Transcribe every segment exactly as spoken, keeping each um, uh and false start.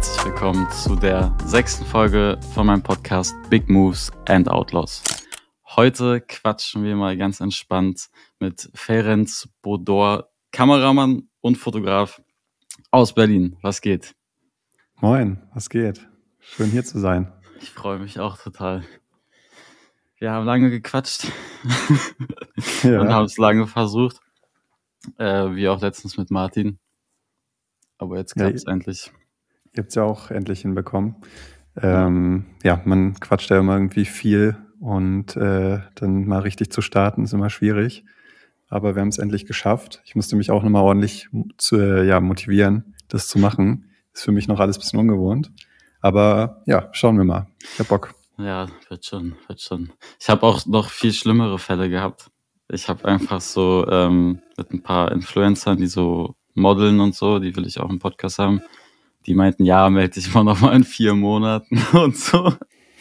herzlich willkommen zu der sechsten Folge von meinem Podcast Big Moves and Outlaws. Heute quatschen wir mal ganz entspannt mit Ferenc Bodor, Kameramann und Fotograf aus Berlin. Was geht? Moin, was geht? Schön hier zu sein. Ich freue mich auch total. Wir haben lange gequatscht Ja. und haben es lange versucht, äh, wie auch letztens mit Martin. Aber jetzt Ja, klappt es endlich. Ihr habt es ja auch endlich hinbekommen. Ähm, ja. ja, man quatscht ja immer irgendwie viel und äh, dann mal richtig zu starten ist immer schwierig. Aber wir haben es endlich geschafft. Ich musste mich auch nochmal ordentlich zu, äh, ja, motivieren, das zu machen. Ist für mich noch alles ein bisschen ungewohnt. Aber ja, schauen wir mal. Ich hab Bock. Ja, wird schon, wird schon. Ich habe auch noch viel schlimmere Fälle gehabt. Ich habe einfach so ähm, mit ein paar Influencern, die so modeln und so, die will ich auch im Podcast haben, die meinten, ja, melde dich mal nochmal in vier Monaten und so.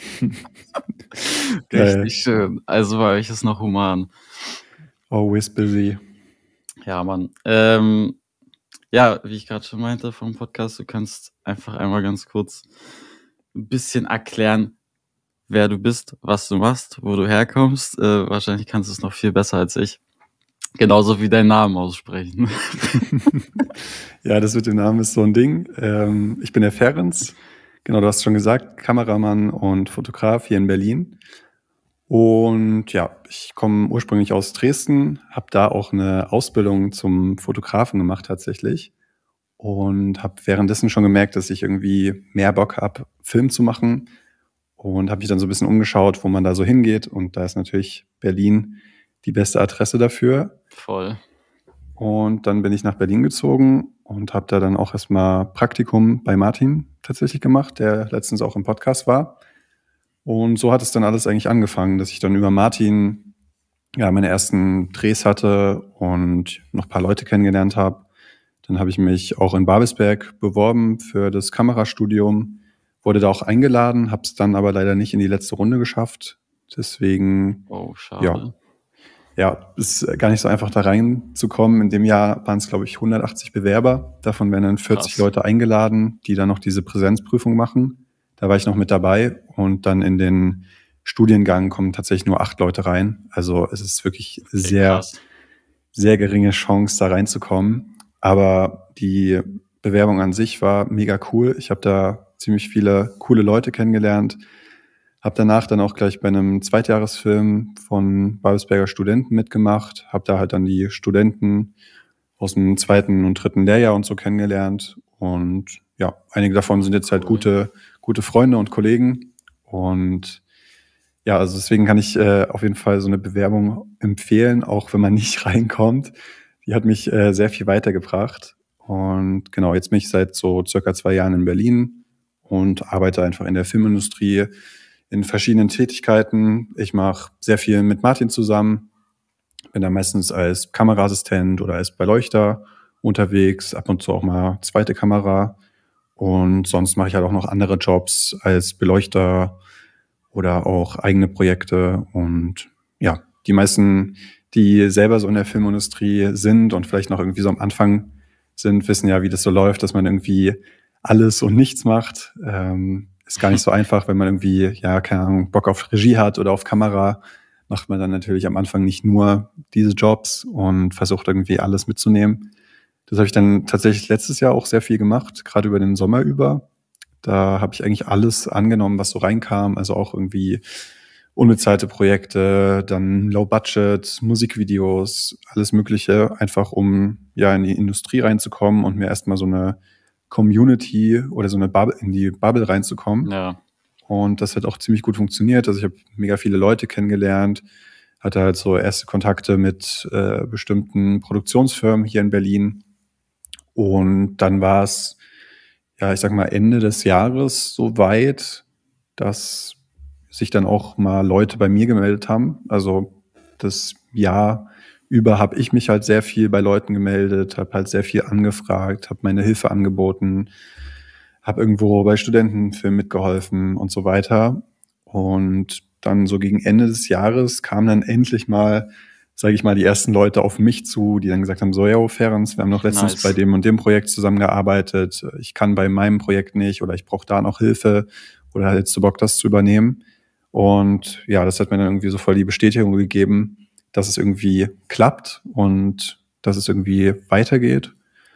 Geil. Richtig schön. Also bei euch ist noch human. Always busy. Ja, Mann. Ähm, ja, wie ich gerade schon meinte vom Podcast, du kannst einfach einmal ganz kurz ein bisschen erklären, wer du bist, was du machst, wo du herkommst. Äh, wahrscheinlich kannst du es noch viel besser als ich. Genauso wie deinen Namen aussprechen. Ja, das mit dem Namen ist so ein Ding. Ähm, ich bin der Ferenc. Genau, du hast schon gesagt, Kameramann und Fotograf hier in Berlin. Und ja, ich komme ursprünglich aus Dresden, habe da auch eine Ausbildung zum Fotografen gemacht tatsächlich. Und habe währenddessen schon gemerkt, dass ich irgendwie mehr Bock habe, Film zu machen. Und habe mich dann so ein bisschen umgeschaut, wo man da so hingeht. Und da ist natürlich Berlin die beste Adresse dafür. Voll. Und dann bin ich nach Berlin gezogen und habe da dann auch erstmal Praktikum bei Martin tatsächlich gemacht, der letztens auch im Podcast war. Und so hat es dann alles eigentlich angefangen, dass ich dann über Martin ja meine ersten Drehs hatte und noch ein paar Leute kennengelernt habe. Dann habe ich mich auch in Babelsberg beworben für das Kamerastudium, wurde da auch eingeladen, habe es dann aber leider nicht in die letzte Runde geschafft. Deswegen, Oh, schade. ja, ja, ist gar nicht so einfach da reinzukommen. In dem Jahr waren es, glaube ich, hundertachtzig Bewerber. Davon werden dann vierzig Krass. Leute eingeladen, die dann noch diese Präsenzprüfung machen. Da war ich noch mit dabei. Und dann in den Studiengang kommen tatsächlich nur acht Leute rein. Also es ist wirklich Okay, sehr, krass. sehr geringe Chance, da reinzukommen. Aber die Bewerbung an sich war mega cool. Ich habe da ziemlich viele coole Leute kennengelernt. Habe danach dann auch gleich bei einem Zweitjahresfilm von Babelsberger Studenten mitgemacht. Habe da halt dann die Studenten aus dem zweiten und dritten Lehrjahr und so kennengelernt. Und ja, einige davon sind jetzt halt Cool. gute, gute Freunde und Kollegen. Und ja, also deswegen kann ich äh, auf jeden Fall so eine Bewerbung empfehlen, auch wenn man nicht reinkommt. Die hat mich äh, sehr viel weitergebracht. Und genau, jetzt bin ich seit so circa zwei Jahren in Berlin und arbeite einfach in der Filmindustrie in verschiedenen Tätigkeiten. Ich mache sehr viel mit Martin zusammen, bin da meistens als Kameraassistent oder als Beleuchter unterwegs, ab und zu auch mal zweite Kamera. Und sonst mache ich halt auch noch andere Jobs als Beleuchter oder auch eigene Projekte. Und ja, die meisten, die selber so in der Filmindustrie sind und vielleicht noch irgendwie so am Anfang sind, wissen ja, wie das so läuft, dass man irgendwie alles und nichts macht. Ähm, ist gar nicht so einfach, wenn man irgendwie, ja, keine Ahnung, Bock auf Regie hat oder auf Kamera, macht man dann natürlich am Anfang nicht nur diese Jobs und versucht irgendwie alles mitzunehmen. Das habe ich dann tatsächlich letztes Jahr auch sehr viel gemacht, gerade über den Sommer über. Da habe ich eigentlich alles angenommen, was so reinkam, also auch irgendwie unbezahlte Projekte, dann Low Budget, Musikvideos, alles Mögliche, einfach um ja in die Industrie reinzukommen und mir erstmal so eine Community oder so eine Bubble, in die Bubble reinzukommen. Ja, Und das hat auch ziemlich gut funktioniert. Also ich habe mega viele Leute kennengelernt, hatte halt so erste Kontakte mit äh, bestimmten Produktionsfirmen hier in Berlin. Und dann war es, ja, ich sag mal, Ende des Jahres so weit, dass sich dann auch mal Leute bei mir gemeldet haben. Also das Jahr über habe ich mich halt sehr viel bei Leuten gemeldet, habe halt sehr viel angefragt, habe meine Hilfe angeboten, habe irgendwo bei Studentenfilmen mitgeholfen und so weiter. Und dann so gegen Ende des Jahres kam dann endlich mal sage ich mal, die ersten Leute auf mich zu, die dann gesagt haben, so, ja, Ferenc, wir haben noch letztens Nice. bei dem und dem Projekt zusammengearbeitet. Ich kann bei meinem Projekt nicht oder ich brauche da noch Hilfe oder hättest du Bock, das zu übernehmen? Und ja, das hat mir dann irgendwie so voll die Bestätigung gegeben, dass es irgendwie klappt und dass es irgendwie weitergeht.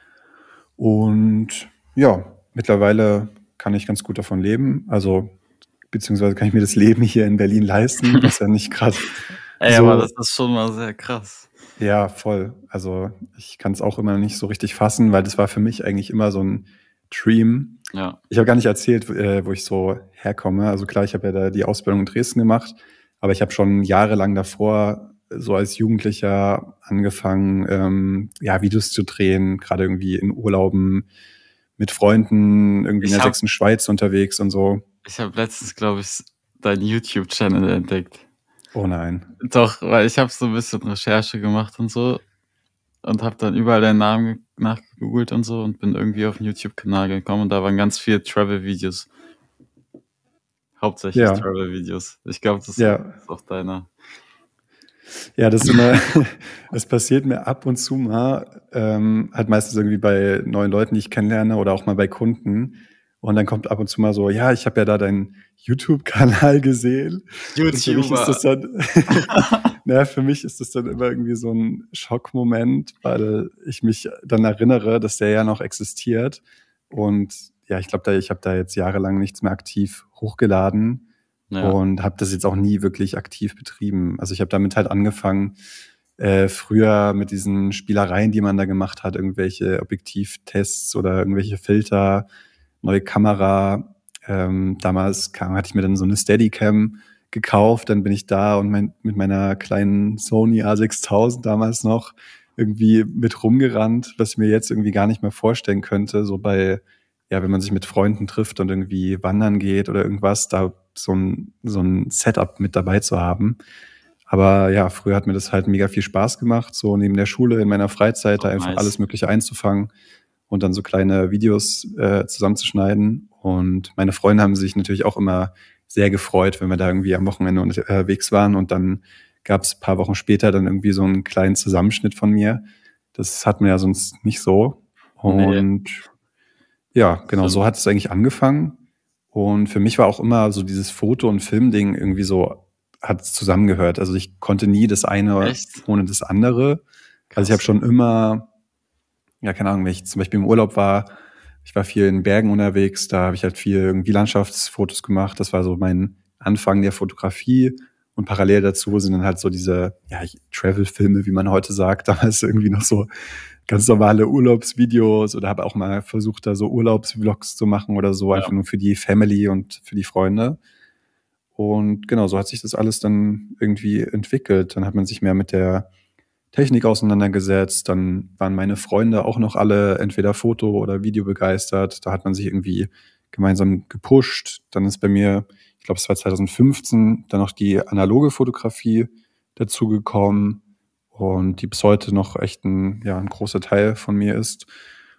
Und ja, mittlerweile kann ich ganz gut davon leben. Also beziehungsweise kann ich mir das Leben hier in Berlin leisten, was ja nicht gerade Ey, so... aber das ist schon mal sehr krass. Ja, voll. Also ich kann es auch immer nicht so richtig fassen, weil das war für mich eigentlich immer so ein Dream. Ja. Ich habe gar nicht erzählt, äh, wo ich so herkomme. Also klar, ich habe ja da die Ausbildung in Dresden gemacht, aber ich habe schon jahrelang davor so als Jugendlicher angefangen, ähm, ja, Videos zu drehen, gerade irgendwie in Urlauben mit Freunden, irgendwie Ich in der hab- sächsischen Schweiz unterwegs und so. Ich habe letztens, glaube ich, deinen YouTube-Channel entdeckt. Oh nein. Doch, weil ich habe so ein bisschen Recherche gemacht und so und habe dann überall deinen Namen ge- nachgegoogelt und so und bin irgendwie auf den YouTube-Kanal gekommen und da waren ganz viele Travel-Videos. Hauptsächlich Ja. Travel-Videos. Ich glaube, das Ja. ist auch deiner. Ja, das ist immer, es passiert mir ab und zu mal, ähm, halt meistens irgendwie bei neuen Leuten, die ich kennenlerne oder auch mal bei Kunden. Und dann kommt ab und zu mal so, ja, ich habe ja da deinen YouTube-Kanal gesehen. Und für mich ist das dann, naja, für mich ist das dann immer irgendwie so ein Schockmoment, weil ich mich dann erinnere, dass der ja noch existiert. Und ja, ich glaube, da, ich habe da jetzt jahrelang nichts mehr aktiv hochgeladen. Ja. Und habe das jetzt auch nie wirklich aktiv betrieben. Also ich habe damit halt angefangen, äh, früher mit diesen Spielereien, die man da gemacht hat, irgendwelche Objektivtests oder irgendwelche Filter, neue Kamera. Ähm, damals kam, hatte ich mir dann so eine Steadicam gekauft, dann bin ich da und mein, mit meiner kleinen Sony A sechstausend damals noch irgendwie mit rumgerannt, was ich mir jetzt irgendwie gar nicht mehr vorstellen könnte, so bei, ja, wenn man sich mit Freunden trifft und irgendwie wandern geht oder irgendwas, da so ein, so ein Setup mit dabei zu haben. Aber ja, früher hat mir das halt mega viel Spaß gemacht, so neben der Schule in meiner Freizeit da Oh, einfach nice. alles Mögliche einzufangen und dann so kleine Videos äh, zusammenzuschneiden. Und meine Freunde haben sich natürlich auch immer sehr gefreut, wenn wir da irgendwie am Wochenende unterwegs waren. Und dann gab es ein paar Wochen später dann irgendwie so einen kleinen Zusammenschnitt von mir. Das hat man ja sonst nicht so. Und Nee. ja, genau, Stimmt. so hat es eigentlich angefangen. Und für mich war auch immer so dieses Foto- und Filmding irgendwie so, hat zusammengehört. Also ich konnte nie das eine Echt? ohne das andere. Also ich habe Krass. schon immer, ja, keine Ahnung, wenn ich zum Beispiel im Urlaub war, ich war viel in Bergen unterwegs, da habe ich halt viel irgendwie Landschaftsfotos gemacht. Das war so mein Anfang der Fotografie. Und parallel dazu sind dann halt so diese, ja, Travel-Filme, wie man heute sagt. Damals irgendwie noch so ganz normale Urlaubsvideos oder habe auch mal versucht, da so Urlaubsvlogs zu machen oder so, Ja. einfach nur für die Family und für die Freunde. Und genau, so hat sich das alles dann irgendwie entwickelt. Dann hat man sich mehr mit der Technik auseinandergesetzt. Dann waren meine Freunde auch noch alle entweder Foto- oder Video begeistert. Da hat man sich irgendwie gemeinsam gepusht. Dann ist bei mir, ich glaube, es war zwanzig fünfzehn, dann noch die analoge Fotografie dazugekommen und die bis heute noch echt ein, ja, ein großer Teil von mir ist.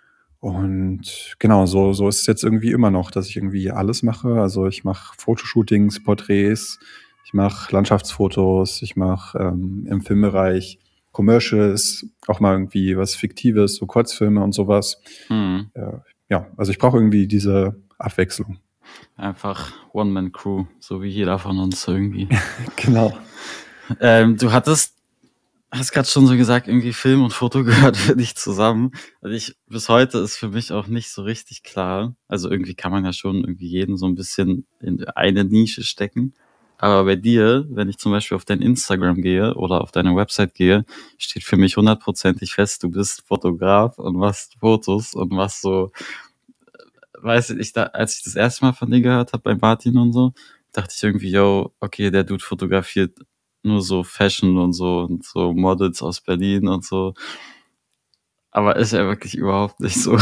Und genau, so, so ist es jetzt irgendwie immer noch, dass ich irgendwie alles mache. Also ich mache Fotoshootings, Porträts, ich mache Landschaftsfotos, ich mache ähm, im Filmbereich Commercials, auch mal irgendwie was Fiktives, so Kurzfilme und sowas. Hm. Äh, ja, also ich brauche irgendwie diese Abwechslung. Einfach One-Man-Crew, so wie jeder von uns irgendwie. Genau. Ähm, du hattest, hast gerade schon so gesagt, irgendwie Film und Foto gehört für dich zusammen. Also ich, bis heute ist für mich auch nicht so richtig klar. Also irgendwie kann man ja schon irgendwie jeden so ein bisschen in eine Nische stecken. Aber bei dir, wenn ich zum Beispiel auf dein Instagram gehe oder auf deine Website gehe, steht für mich hundertprozentig fest, du bist Fotograf und machst Fotos und machst so, weiß ich, da, als ich das erste Mal von dir gehört habe bei Martin und so, dachte ich irgendwie, yo, okay, der Dude fotografiert nur so Fashion und so und so Models aus Berlin und so. Aber ist ja wirklich überhaupt nicht so.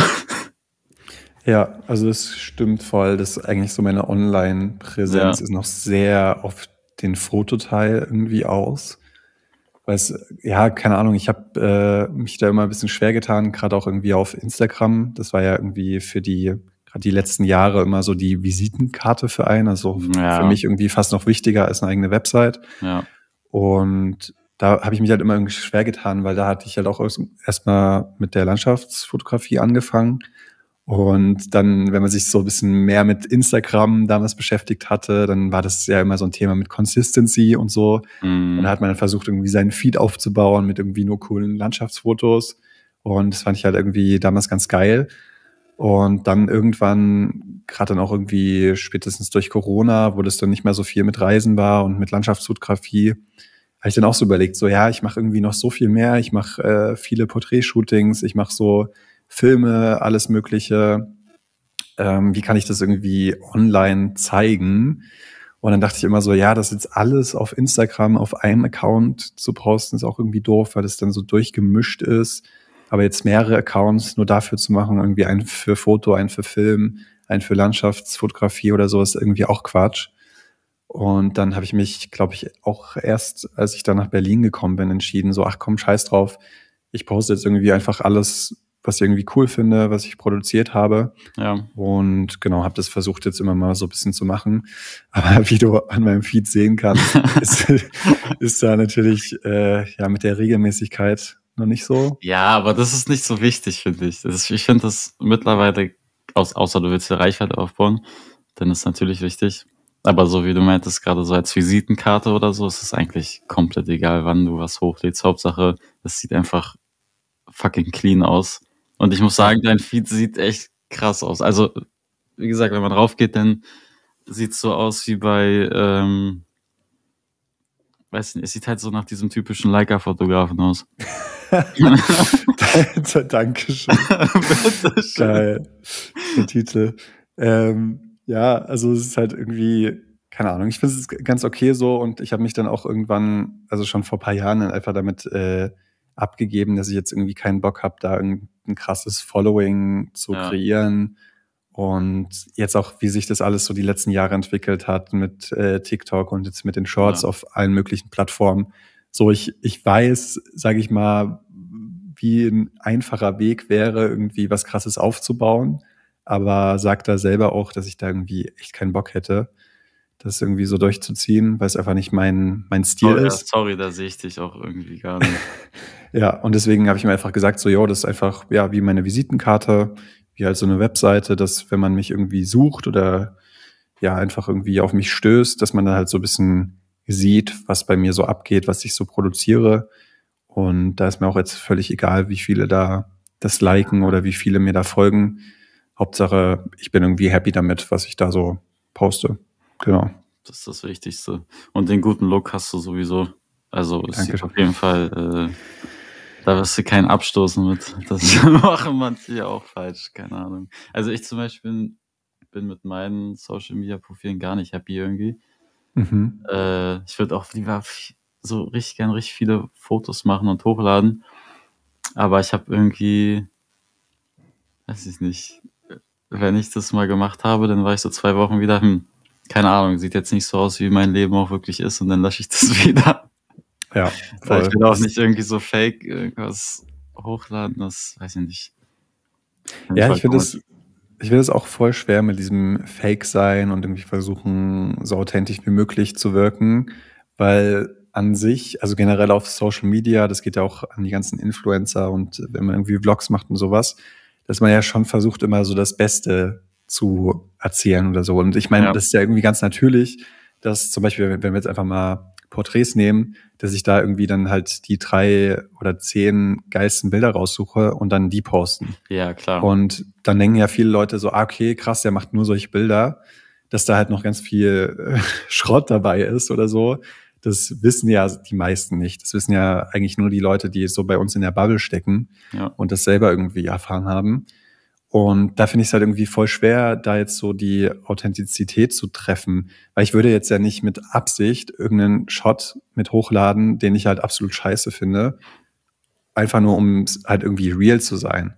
Ja, also das stimmt voll. Das ist eigentlich so meine Online-Präsenz Ja. ist noch sehr auf den Fototeil irgendwie aus. Weil es, ja, keine Ahnung, ich habe äh, mich da immer ein bisschen schwer getan, gerade auch irgendwie auf Instagram. Das war ja irgendwie für die, gerade die letzten Jahre immer so die Visitenkarte für einen. Also Ja. für mich irgendwie fast noch wichtiger als eine eigene Website. Ja. Und da habe ich mich halt immer irgendwie schwer getan, weil da hatte ich halt auch erstmal mit der Landschaftsfotografie angefangen. Und dann, wenn man sich so ein bisschen mehr mit Instagram damals beschäftigt hatte, dann war das ja immer so ein Thema mit Consistency und so. Und da Mhm. hat man dann versucht, irgendwie seinen Feed aufzubauen mit irgendwie nur coolen Landschaftsfotos. Und das fand ich halt irgendwie damals ganz geil. Und dann irgendwann, gerade dann auch irgendwie spätestens durch Corona, wo das dann nicht mehr so viel mit Reisen war und mit Landschaftsfotografie, habe ich dann auch so überlegt, so ja, ich mache irgendwie noch so viel mehr. Ich mache äh, viele Porträtshootings, ich mache so Filme, alles Mögliche. Ähm, wie kann ich das irgendwie online zeigen? Und dann dachte ich immer so, ja, das jetzt alles auf Instagram auf einem Account zu posten, ist auch irgendwie doof, weil das dann so durchgemischt ist. Aber jetzt mehrere Accounts nur dafür zu machen, irgendwie einen für Foto, einen für Film, einen für Landschaftsfotografie oder so, ist irgendwie auch Quatsch. Und dann habe ich mich, glaube ich, auch erst, als ich dann nach Berlin gekommen bin, entschieden, so, ach komm, scheiß drauf. Ich poste jetzt irgendwie einfach alles, was ich irgendwie cool finde, was ich produziert habe. Ja. Und genau, habe das versucht jetzt immer mal so ein bisschen zu machen. Aber wie du an meinem Feed sehen kannst, ist, ist da natürlich äh, ja mit der Regelmäßigkeit noch nicht so. Ja, aber das ist nicht so wichtig, finde ich. Das ist, ich finde das mittlerweile, aus, außer du willst dir Reichweite aufbauen, dann ist natürlich wichtig. Aber so wie du meintest, gerade so als Visitenkarte oder so, ist es eigentlich komplett egal, wann du was hochlädst. Hauptsache, es sieht einfach fucking clean aus. Und ich muss sagen, dein Feed sieht echt krass aus. Also, wie gesagt, wenn man drauf geht, dann sieht es so aus wie bei, ähm, weiß nicht, es sieht halt so nach diesem typischen Leica-Fotografen aus. Dankeschön. Geil. Der Titel. Ähm, ja, also es ist halt irgendwie, keine Ahnung, ich finde es ganz okay so und ich habe mich dann auch irgendwann, also schon vor ein paar Jahren dann einfach damit äh, abgegeben, dass ich jetzt irgendwie keinen Bock habe, da irgendein krasses Following zu Ja. kreieren. Und jetzt auch, wie sich das alles so die letzten Jahre entwickelt hat mit äh, TikTok und jetzt mit den Shorts Ja. auf allen möglichen Plattformen. So, ich, ich weiß, sage ich mal, wie ein einfacher Weg wäre, irgendwie was Krasses aufzubauen, aber sag da selber auch, dass ich da irgendwie echt keinen Bock hätte, das irgendwie so durchzuziehen, weil es einfach nicht mein, mein Stil Oh, ja, ist. sorry, da sehe ich dich auch irgendwie gar nicht. Ja, und deswegen habe ich mir einfach gesagt, so, jo, das ist einfach, ja, wie meine Visitenkarte, wie halt so eine Webseite, dass wenn man mich irgendwie sucht oder ja, einfach irgendwie auf mich stößt, dass man dann halt so ein bisschen sieht, was bei mir so abgeht, was ich so produziere. Und da ist mir auch jetzt völlig egal, wie viele da das liken oder wie viele mir da folgen. Hauptsache, ich bin irgendwie happy damit, was ich da so poste. Genau. Das ist das Wichtigste. Und den guten Look hast du sowieso. Also es sieht Dankeschön. auf jeden Fall, äh, da wirst du keinen abstoßen mit. Das machen manche ja auch falsch, keine Ahnung. Also ich zum Beispiel bin, bin mit meinen Social Media Profilen gar nicht happy irgendwie. Mhm. Äh, ich würde auch lieber f- so richtig gern richtig viele Fotos machen und hochladen. Aber ich habe irgendwie, weiß ich nicht, wenn ich das mal gemacht habe, dann war ich so zwei Wochen wieder, hm, keine Ahnung, sieht jetzt nicht so aus, wie mein Leben auch wirklich ist und dann lösche ich das wieder. Ja, Weil ich voll. will auch Das- nicht irgendwie so fake irgendwas hochladen, das weiß ich nicht. Find Ja, voll ich finde komisch. es, ich finde es auch voll schwer mit diesem Fake-Sein und irgendwie versuchen, so authentisch wie möglich zu wirken, weil an sich, also generell auf Social Media, das geht ja auch an die ganzen Influencer und wenn man irgendwie Vlogs macht und sowas, dass man ja schon versucht, immer so das Beste zu erzählen oder so. Und ich meine, Ja. das ist ja irgendwie ganz natürlich, dass zum Beispiel, wenn wir jetzt einfach mal Porträts nehmen, dass ich da irgendwie dann halt die drei oder zehn geilsten Bilder raussuche und dann die posten. Ja, klar. Und dann denken ja viele Leute so, ah, okay, krass, der macht nur solche Bilder, dass da halt noch ganz viel äh, Schrott dabei ist oder so. Das wissen ja die meisten nicht. Das wissen ja eigentlich nur die Leute, die so bei uns in der Bubble stecken Ja. und das selber irgendwie erfahren haben. Und da finde ich es halt irgendwie voll schwer, da jetzt so die Authentizität zu treffen. Weil ich würde jetzt ja nicht mit Absicht irgendeinen Shot mit hochladen, den ich halt absolut scheiße finde. Einfach nur, um halt irgendwie real zu sein.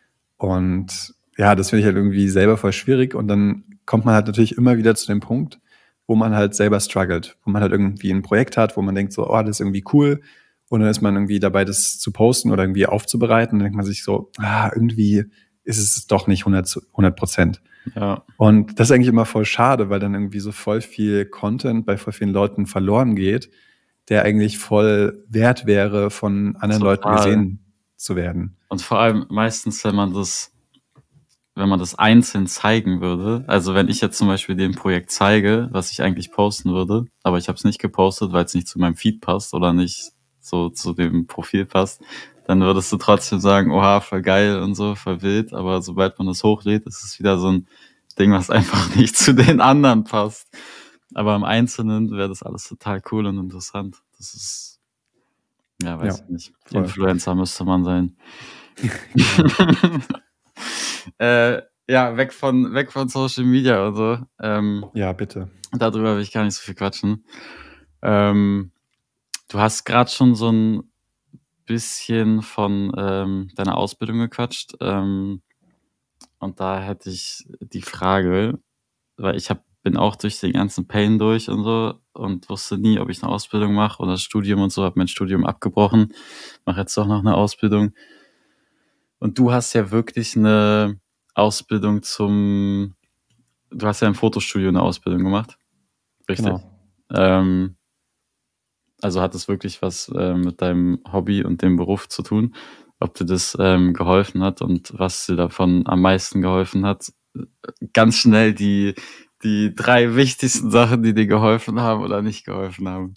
Und ja, das finde ich halt irgendwie selber voll schwierig. Und dann kommt man halt natürlich immer wieder zu dem Punkt, wo man halt selber struggelt. Wo man halt irgendwie ein Projekt hat, wo man denkt so, oh, das ist irgendwie cool. Und dann ist man irgendwie dabei, das zu posten oder irgendwie aufzubereiten. Und dann denkt man sich so, ah, irgendwie ist es doch nicht hundert Prozent. Ja. Und das ist eigentlich immer voll schade, weil dann irgendwie so voll viel Content bei voll vielen Leuten verloren geht, der eigentlich voll wert wäre, von anderen Leuten Total. gesehen zu werden. Und vor allem meistens, wenn man das, wenn man das einzeln zeigen würde, also wenn ich jetzt zum Beispiel dem Projekt zeige, was ich eigentlich posten würde, aber ich habe es nicht gepostet, weil es nicht zu meinem Feed passt oder nicht so zu dem Profil passt, dann würdest du trotzdem sagen, oha, voll geil und so, voll wild, aber sobald man das hochlädt, ist es wieder so ein Ding, was einfach nicht zu den anderen passt. Aber im Einzelnen wäre das alles total cool und interessant. Das ist, ja, weiß Ja, ich nicht. voll. Influencer müsste man sein. äh, ja, weg von, weg von Social Media und so. Ähm, Ja, bitte. darüber will ich gar nicht so viel quatschen. Ähm, du hast gerade schon so ein bisschen von ähm, deiner Ausbildung gequatscht. Ähm, und da hätte ich die Frage, weil ich hab, bin auch durch den ganzen Pain durch und so und wusste nie, ob ich eine Ausbildung mache oder das Studium und so, habe mein Studium abgebrochen, mache jetzt doch noch eine Ausbildung. Und du hast ja wirklich eine Ausbildung zum, du hast ja im Fotostudio eine Ausbildung gemacht, richtig? Genau. Ähm, also hat es wirklich was äh, mit deinem Hobby und dem Beruf zu tun, ob dir das ähm, geholfen hat und was dir davon am meisten geholfen hat. Ganz schnell die, die drei wichtigsten Sachen, die dir geholfen haben oder nicht geholfen haben.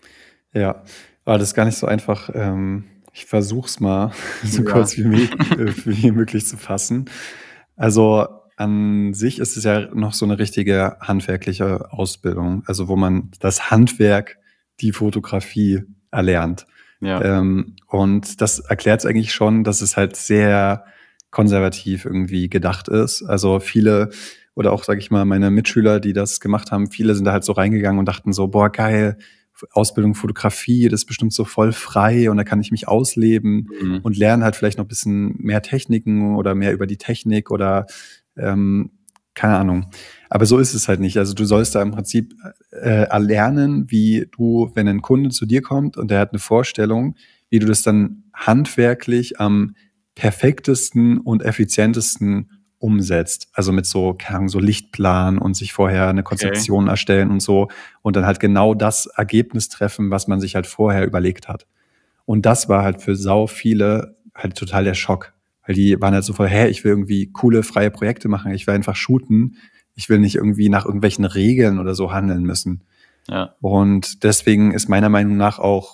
Ja, aber das ist gar nicht so einfach. Ähm, ich versuche es mal so Ja. kurz wie, mö- äh, wie möglich zu fassen. Also an sich ist es ja noch so eine richtige handwerkliche Ausbildung, also wo man das Handwerk, die Fotografie erlernt. Ja, Ähm, und das erklärt es eigentlich schon, dass es halt sehr konservativ irgendwie gedacht ist. Also viele oder auch, sage ich mal, meine Mitschüler, die das gemacht haben, viele sind da halt so reingegangen und dachten so, boah, geil, Ausbildung Fotografie, das ist bestimmt so voll frei und da kann ich mich ausleben mhm. und lernen halt vielleicht noch ein bisschen mehr Techniken oder mehr über die Technik oder ähm, keine Ahnung. Aber so ist es halt nicht. Also du sollst da im Prinzip äh, erlernen, wie du, wenn ein Kunde zu dir kommt und der hat eine Vorstellung, wie du das dann handwerklich am perfektesten und effizientesten umsetzt. Also mit so, keine Ahnung, so Lichtplan und sich vorher eine Konzeption erstellen und so und dann halt genau das Ergebnis treffen, was man sich halt vorher überlegt hat. Und das war halt für sau viele halt total der Schock. Weil die waren halt so voll, hä, ich will irgendwie coole, freie Projekte machen, ich will einfach shooten, ich will nicht irgendwie nach irgendwelchen Regeln oder so handeln müssen. Ja, Und deswegen ist meiner Meinung nach auch,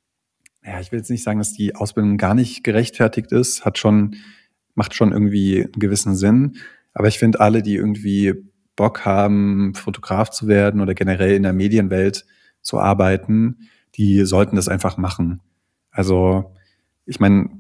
ja, ich will jetzt nicht sagen, dass die Ausbildung gar nicht gerechtfertigt ist, hat schon, macht schon irgendwie einen gewissen Sinn. Aber ich finde, alle, die irgendwie Bock haben, Fotograf zu werden oder generell in der Medienwelt zu arbeiten, die sollten das einfach machen. Also, ich meine,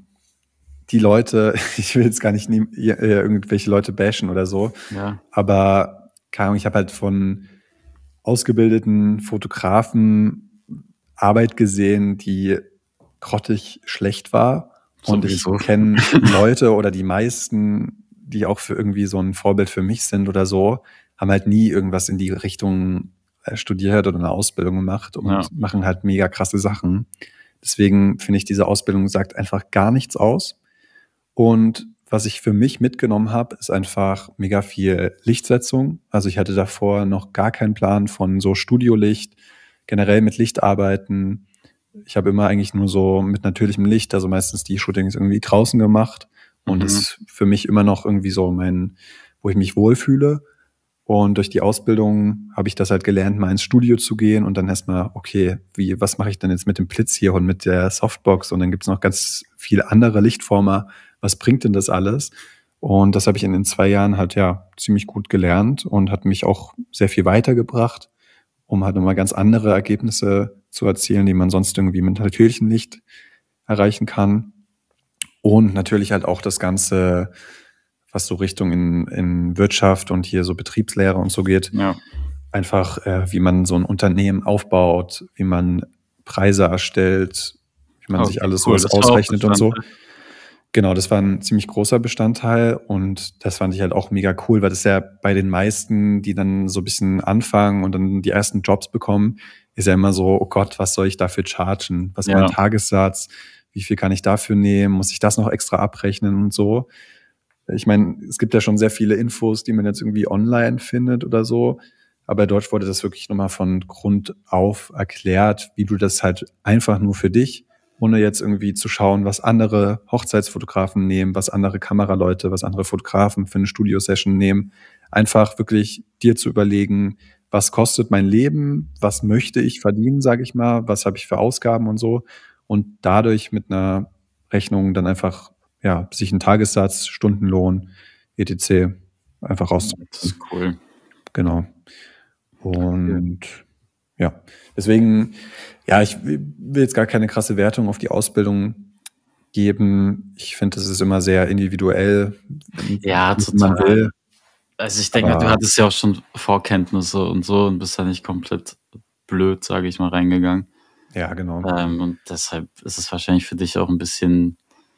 die Leute, ich will jetzt gar nicht nie, äh, irgendwelche Leute bashen oder so, ja, aber keine Ahnung, ich habe halt von ausgebildeten Fotografen Arbeit gesehen, die grottig schlecht war. Und ich sowieso. kenne Leute oder die meisten, die auch für irgendwie so ein Vorbild für mich sind oder so, haben halt nie irgendwas in die Richtung äh, studiert oder eine Ausbildung gemacht und Ja. machen halt mega krasse Sachen. Deswegen finde ich, diese Ausbildung sagt einfach gar nichts aus. Und was ich für mich mitgenommen habe, ist einfach mega viel Lichtsetzung. Also ich hatte davor noch gar keinen Plan von so Studiolicht, generell mit Licht arbeiten. Ich habe immer eigentlich nur so mit natürlichem Licht, also meistens die Shootings irgendwie draußen gemacht. Und Mhm. das ist für mich immer noch irgendwie so mein, wo ich mich wohlfühle. Und durch die Ausbildung habe ich das halt gelernt, mal ins Studio zu gehen und dann erstmal, okay, wie, was mache ich denn jetzt mit dem Blitz hier und mit der Softbox? Und dann gibt es noch ganz viele andere Lichtformer. Was bringt denn das alles? Und das habe ich in den zwei Jahren halt ja ziemlich gut gelernt und hat mich auch sehr viel weitergebracht, um halt nochmal ganz andere Ergebnisse zu erzielen, die man sonst irgendwie mit natürlichem Licht erreichen kann. Und natürlich halt auch das Ganze, was so Richtung in, in Wirtschaft und hier so Betriebslehre und so geht. Ja. Einfach, äh, wie man so ein Unternehmen aufbaut, wie man Preise erstellt, wie man Okay, sich alles cool. sowas Das war auch ausrechnet und so. Bestandteil. Genau, das war ein ziemlich großer Bestandteil und das fand ich halt auch mega cool, weil das ja bei den meisten, die dann so ein bisschen anfangen und dann die ersten Jobs bekommen, ist ja immer so, oh Gott, was soll ich dafür chargen? Was ist Ja. mein Tagessatz? Wie viel kann ich dafür nehmen? Muss ich das noch extra abrechnen und so? Ich meine, es gibt ja schon sehr viele Infos, die man jetzt irgendwie online findet oder so, aber bei Deutsch wurde das wirklich nochmal von Grund auf erklärt, wie du das halt einfach nur für dich, ohne jetzt irgendwie zu schauen, was andere Hochzeitsfotografen nehmen, was andere Kameraleute, was andere Fotografen für eine Studio-Session nehmen, einfach wirklich dir zu überlegen, was kostet mein Leben, was möchte ich verdienen, sage ich mal, was habe ich für Ausgaben und so, und dadurch mit einer Rechnung dann einfach, ja, sich einen Tagessatz, Stundenlohn, et cetera einfach Das ist rauszuholen. cool. Genau. Und ja, deswegen, ja, ich will jetzt gar keine krasse Wertung auf die Ausbildung geben. Ich finde, das ist immer sehr individuell, Ja, wie man total. will. Also ich denke, du Aber hattest ja auch schon Vorkenntnisse und so und bist da nicht komplett blöd, sage ich mal, reingegangen. ja, genau. Ähm, und deshalb ist es wahrscheinlich für dich auch ein bisschen,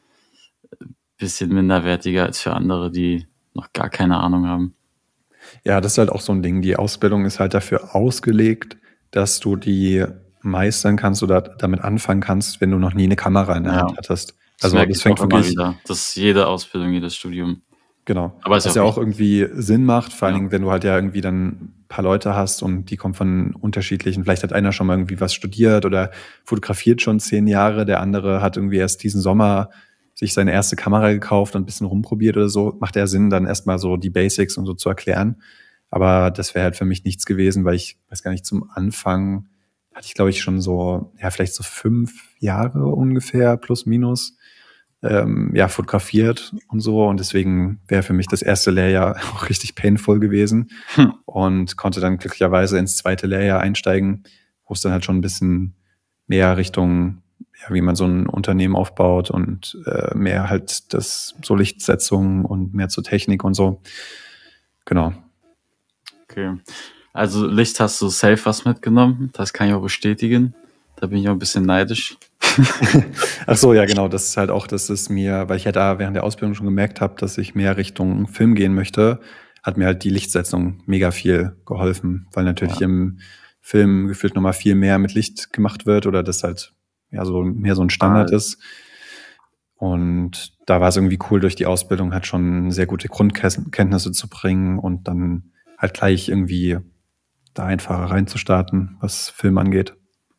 bisschen minderwertiger als für andere, die noch gar keine Ahnung haben. Ja, das ist halt auch so ein Ding. Die Ausbildung ist halt dafür ausgelegt, dass du die meistern kannst oder damit anfangen kannst, wenn du noch nie eine Kamera in der Ja, Hand hattest. das Also merke das ich fängt auch immer wirklich, wieder. Das ist jede Ausbildung, jedes Studium. genau. Aber ist Was ja ja auch auch irgendwie Sinn macht, vor allen Ja. Dingen, wenn du halt ja irgendwie dann ein paar Leute hast und die kommen von unterschiedlichen, vielleicht hat einer schon mal irgendwie was studiert oder fotografiert schon zehn Jahre, der andere hat irgendwie erst diesen Sommer sich seine erste Kamera gekauft und ein bisschen rumprobiert oder so, macht ja Sinn, dann erstmal so die Basics und so zu erklären. Aber das wäre halt für mich nichts gewesen, weil ich weiß gar nicht, zum Anfang hatte ich, glaube ich, schon so, ja, vielleicht so fünf Jahre ungefähr, plus minus, ähm, ja, fotografiert und so. Und deswegen wäre für mich das erste Lehrjahr auch richtig painful gewesen Hm. und konnte dann glücklicherweise ins zweite Lehrjahr einsteigen, wo es dann halt schon ein bisschen mehr Richtung, ja, wie man so ein Unternehmen aufbaut und äh, mehr halt das so Lichtsetzung und mehr zur Technik und so. Genau. Okay. Also Licht hast du safe was mitgenommen, das kann ich auch bestätigen. Da bin ich auch ein bisschen neidisch. Ach so, ja, genau. Das ist halt auch, dass es mir, weil ich ja da während der Ausbildung schon gemerkt habe, dass ich mehr Richtung Film gehen möchte, hat mir halt die Lichtsetzung mega viel geholfen, weil natürlich Ja. im Film gefühlt nochmal viel mehr mit Licht gemacht wird oder das halt ja so mehr so ein Standard Ah, ist. Und da war es irgendwie cool, durch die Ausbildung halt schon sehr gute Grundkenntnisse zu bringen und dann halt gleich irgendwie da einfacher reinzustarten, was Film angeht.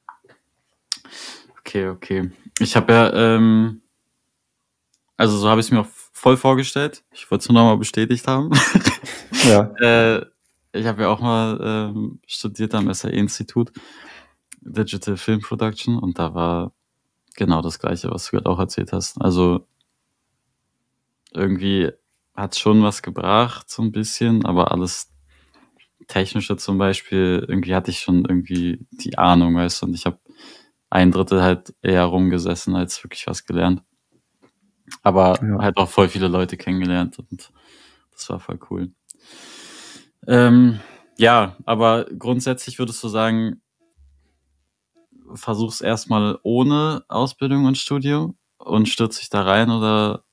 Okay, okay. Ich habe ja, ähm, also so habe ich es mir auch voll vorgestellt. Ich wollte es nur nochmal bestätigt haben. Ja. äh, ich habe ja auch mal ähm, studiert am S A E-Institut, Digital Film Production, und da war genau das Gleiche, was du gerade auch erzählt hast. Also irgendwie hat es schon was gebracht, so ein bisschen, aber alles Technische zum Beispiel, irgendwie hatte ich schon irgendwie die Ahnung, weißt du, und ich habe ein Drittel halt eher rumgesessen, als wirklich was gelernt. Aber Ja. halt auch voll viele Leute kennengelernt und das war voll cool. Ähm, ja, aber grundsätzlich würdest du sagen, versuch's erstmal ohne Ausbildung und Studium und stürz dich da rein oder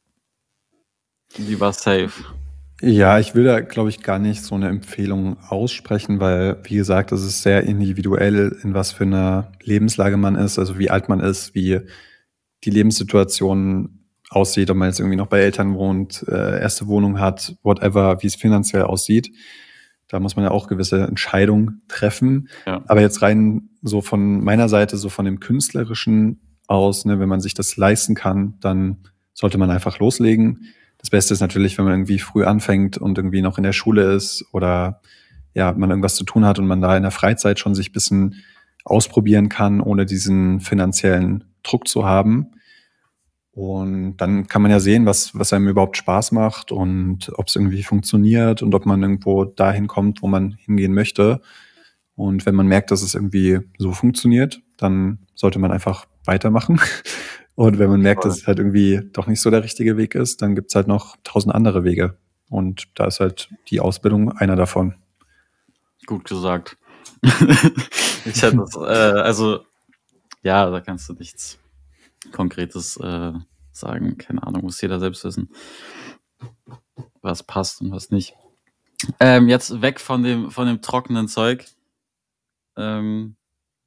lieber safe? Ja, ich will da, glaube ich, gar nicht so eine Empfehlung aussprechen, weil, wie gesagt, es ist sehr individuell, in was für einer Lebenslage man ist, also wie alt man ist, wie die Lebenssituation aussieht, ob man jetzt irgendwie noch bei Eltern wohnt, äh, erste Wohnung hat, whatever, wie es finanziell aussieht. Da muss man ja auch gewisse Entscheidungen treffen. Ja. Aber jetzt rein so von meiner Seite, so von dem Künstlerischen aus, ne, wenn man sich das leisten kann, dann sollte man einfach loslegen. Das Beste ist natürlich, wenn man irgendwie früh anfängt und irgendwie noch in der Schule ist oder ja, man irgendwas zu tun hat und man da in der Freizeit schon sich ein bisschen ausprobieren kann, ohne diesen finanziellen Druck zu haben. Und dann kann man ja sehen, was, was einem überhaupt Spaß macht und ob es irgendwie funktioniert und ob man irgendwo dahin kommt, wo man hingehen möchte. Und wenn man merkt, dass es irgendwie so funktioniert, dann sollte man einfach weitermachen. Und wenn man merkt, Voll. dass es halt irgendwie doch nicht so der richtige Weg ist, dann gibt's halt noch tausend andere Wege. Und da ist halt die Ausbildung einer davon. Gut gesagt. Ich hätte das, äh, also, ja, da kannst du nichts Konkretes äh, sagen. Keine Ahnung, muss jeder selbst wissen, was passt und was nicht. Ähm, jetzt weg von dem, von dem trockenen Zeug. Ähm,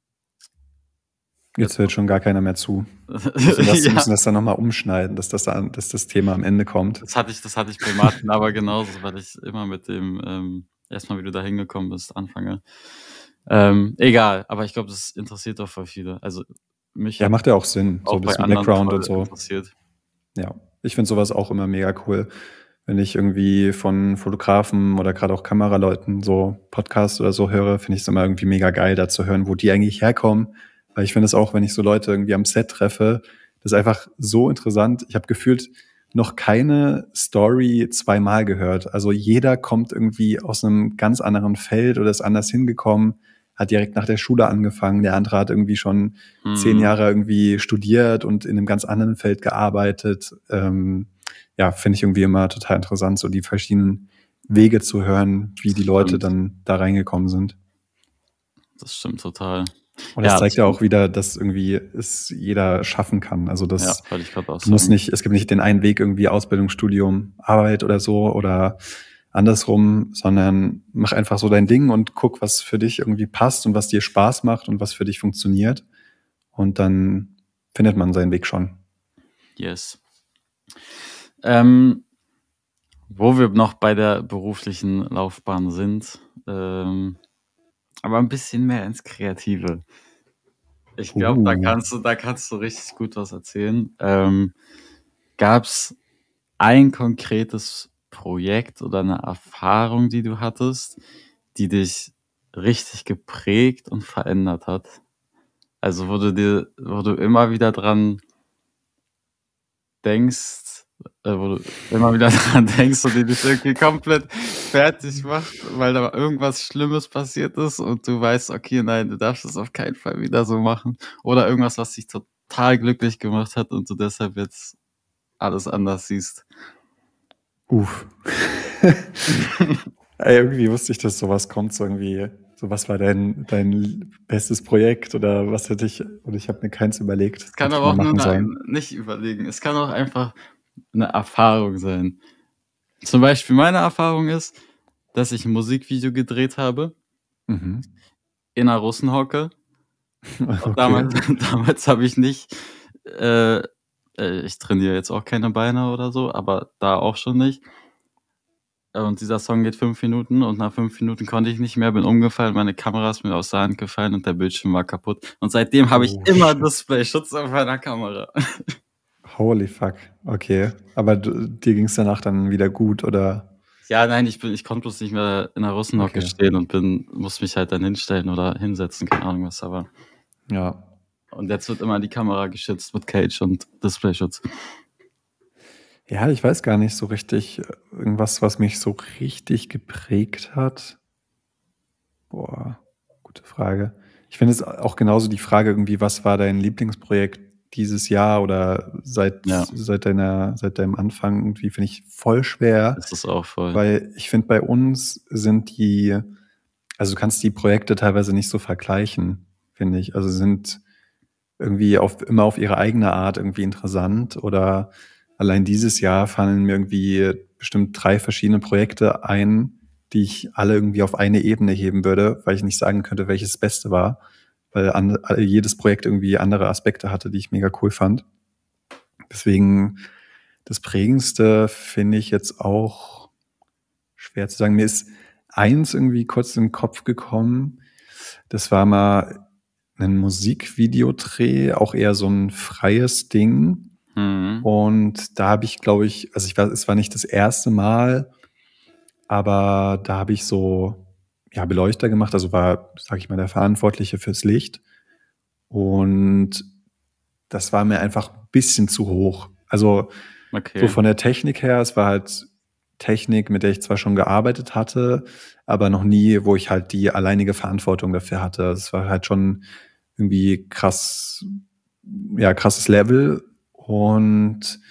Jetzt hört schon gar keiner mehr zu. Wir müssen das, ja, müssen das dann nochmal umschneiden, dass das, da, dass das Thema am Ende kommt. das hatte ich, das hatte ich bei Martin aber genauso, weil ich immer mit dem, ähm, erstmal, wie du da hingekommen bist, anfange. Ähm, egal, aber ich glaube, das interessiert doch voll viele. Also mich Ja, hat macht ja auch Sinn, so auch ein bei bisschen anderen Background und voll so. interessiert. Ja, ich finde sowas auch immer mega cool, wenn ich irgendwie von Fotografen oder gerade auch Kameraleuten so Podcasts oder so höre, finde ich es immer irgendwie mega geil, da zu hören, wo die eigentlich herkommen. Weil ich finde es auch, wenn ich so Leute irgendwie am Set treffe, das ist einfach so interessant. Ich habe gefühlt noch keine Story zweimal gehört. Also jeder kommt irgendwie aus einem ganz anderen Feld oder ist anders hingekommen, hat direkt nach der Schule angefangen. Der andere hat irgendwie schon zehn Mhm. Jahre irgendwie studiert und in einem ganz anderen Feld gearbeitet. Ähm, ja, finde ich irgendwie immer total interessant, so die verschiedenen Wege zu hören, wie die Leute Stimmt. dann da reingekommen sind. Das stimmt total. Und das Ja, zeigt ich ja bin auch wieder, dass irgendwie es jeder schaffen kann. Also ja, das, wollte ich gerade auch du musst sagen. nicht, es gibt nicht den einen Weg irgendwie Ausbildung, Studium, Arbeit oder so oder andersrum, sondern mach einfach so dein Ding und guck, was für dich irgendwie passt und was dir Spaß macht und was für dich funktioniert. Und dann findet man seinen Weg schon. Yes. Ähm, wo wir noch bei der beruflichen Laufbahn sind, ähm, aber ein bisschen mehr ins Kreative. Ich glaube, da Uh. kannst du, da kannst du richtig gut was erzählen. Ähm, Gab es ein konkretes Projekt oder eine Erfahrung, die du hattest, die dich richtig geprägt und verändert hat? Also wo du dir, wo du immer wieder dran denkst, äh, wo du immer wieder dran denkst und die dich irgendwie komplett fertig macht, weil da irgendwas Schlimmes passiert ist und du weißt, okay, nein, du darfst es auf keinen Fall wieder so machen. Oder irgendwas, was dich total glücklich gemacht hat und du deshalb jetzt alles anders siehst. Uff. Ey, irgendwie wusste ich, dass sowas kommt, so irgendwie, so was war dein, dein bestes Projekt oder was hätte ich, und ich habe mir keins überlegt, Es kann hätte ich aber mal auch nur machen eine, sollen. nicht überlegen, es kann auch einfach eine Erfahrung sein. Zum Beispiel meine Erfahrung ist, dass ich ein Musikvideo gedreht habe Mhm. in einer Russenhocke. Und Okay. damals, damals habe ich nicht, äh, äh, ich trainiere jetzt auch keine Beine oder so, aber da auch schon nicht. Äh, Und dieser Song geht fünf Minuten und nach fünf Minuten konnte ich nicht mehr, bin umgefallen, meine Kamera ist mir aus der Hand gefallen und der Bildschirm war kaputt. Und seitdem habe ich Oh, immer shit. Displayschutz auf meiner Kamera. Holy fuck. Okay. Aber du, dir ging es danach dann wieder gut oder? Ja, nein, ich bin, ich konnte bloß nicht mehr in der Russenhocke Okay. stehen und bin, muss mich halt dann hinstellen oder hinsetzen, keine Ahnung was da war. Ja. Und jetzt wird immer die Kamera geschützt mit Cage und Displayschutz. Ja, ich weiß gar nicht so richtig. Irgendwas, was mich so richtig geprägt hat. Boah, gute Frage. Ich finde es auch genauso die Frage irgendwie, was war dein Lieblingsprojekt dieses Jahr oder seit, Ja, seit deiner, seit deinem Anfang irgendwie, finde ich voll schwer, ist es auch voll. weil ich finde, bei uns sind die, also du kannst die Projekte teilweise nicht so vergleichen, finde ich. Also sind irgendwie auf, immer auf ihre eigene Art irgendwie interessant oder allein dieses Jahr fallen mir irgendwie bestimmt drei verschiedene Projekte ein, die ich alle irgendwie auf eine Ebene heben würde, weil ich nicht sagen könnte, welches das Beste war, weil an, jedes Projekt irgendwie andere Aspekte hatte, die ich mega cool fand. Deswegen das Prägendste finde ich jetzt auch schwer zu sagen. Mir ist eins irgendwie kurz in den Kopf gekommen. Das war mal ein Musikvideodreh, auch eher so ein freies Ding. Mhm. Und da habe ich, glaube ich, also ich war, es war nicht das erste Mal, aber da habe ich so ja, Beleuchter gemacht, also war, sage ich mal, der Verantwortliche fürs Licht. Und das war mir einfach ein bisschen zu hoch. Also so Okay. von der Technik her, es war halt Technik, mit der ich zwar schon gearbeitet hatte, aber noch nie, wo ich halt die alleinige Verantwortung dafür hatte. Es war halt schon irgendwie krass, ja, krasses Level. Und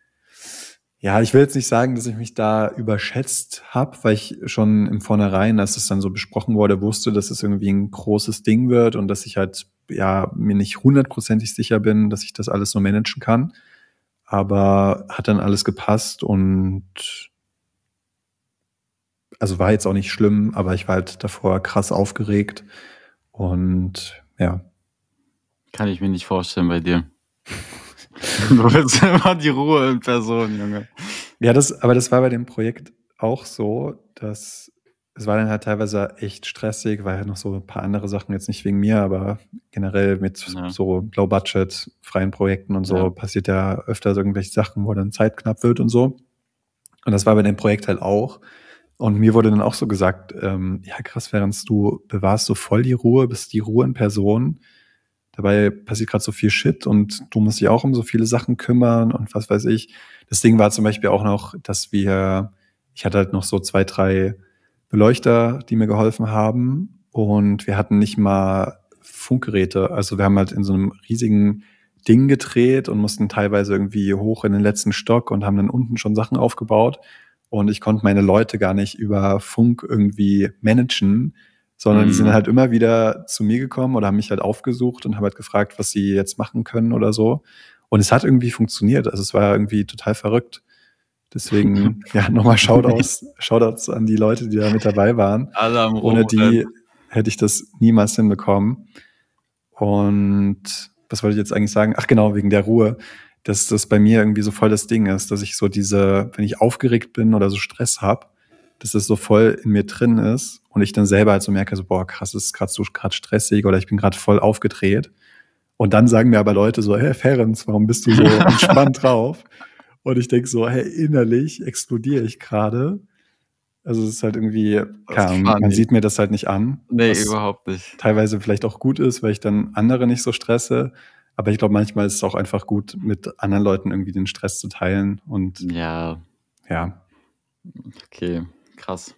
ja, ich will jetzt nicht sagen, dass ich mich da überschätzt habe, weil ich schon im Vornherein, als es dann so besprochen wurde, wusste, dass es irgendwie ein großes Ding wird und dass ich halt ja mir nicht hundertprozentig sicher bin, dass ich das alles so managen kann. Aber hat dann alles gepasst und also war jetzt auch nicht schlimm, aber ich war halt davor krass aufgeregt und ja. Kann ich mir nicht vorstellen bei dir. Du willst immer die Ruhe in Person, Junge. Ja, das, aber das war bei dem Projekt auch so, dass es war dann halt teilweise echt stressig, weil halt noch so ein paar andere Sachen, jetzt nicht wegen mir, aber generell mit Ja. so Low-Budget, freien Projekten und so Ja. passiert ja öfter so irgendwelche Sachen, wo dann Zeit knapp wird und so. Und das war bei dem Projekt halt auch. Und mir wurde dann auch so gesagt, ähm, ja krass, Ferenc, du bewahrst so voll die Ruhe, bist die Ruhe in Person. Dabei passiert gerade so viel Shit und du musst dich auch um so viele Sachen kümmern und was weiß ich. Das Ding war zum Beispiel auch noch, dass wir, ich hatte halt noch so zwei, drei Beleuchter, die mir geholfen haben und wir hatten nicht mal Funkgeräte. Also wir haben halt in so einem riesigen Ding gedreht und mussten teilweise irgendwie hoch in den letzten Stock und haben dann unten schon Sachen aufgebaut. Und ich konnte meine Leute gar nicht über Funk irgendwie managen, sondern die sind Mhm. halt immer wieder zu mir gekommen oder haben mich halt aufgesucht und haben halt gefragt, was sie jetzt machen können oder so. Und es hat irgendwie funktioniert. Also es war irgendwie total verrückt. Deswegen, ja, nochmal Shoutouts, Shoutouts an die Leute, die da mit dabei waren. Alle am Ohne die Rumrennen. hätte ich das niemals hinbekommen. Und was wollte ich jetzt eigentlich sagen? Ach genau, wegen der Ruhe. Dass das bei mir irgendwie so voll das Ding ist, dass ich so diese, wenn ich aufgeregt bin oder so Stress habe, dass das so voll in mir drin ist und ich dann selber halt so merke, so boah, krass, es ist gerade so gerade stressig oder ich bin gerade voll aufgedreht. Und dann sagen mir aber Leute so, hey Ferenc, warum bist du so entspannt drauf? Und ich denke so, hey, innerlich explodiere ich gerade. Also es ist halt irgendwie, Das keine ist Ahnung, man funny. sieht mir das halt nicht an. Nee, was überhaupt nicht. teilweise vielleicht auch gut ist, weil ich dann andere nicht so stresse. Aber ich glaube, manchmal ist es auch einfach gut, mit anderen Leuten irgendwie den Stress zu teilen. Und Ja, ja, okay, krass.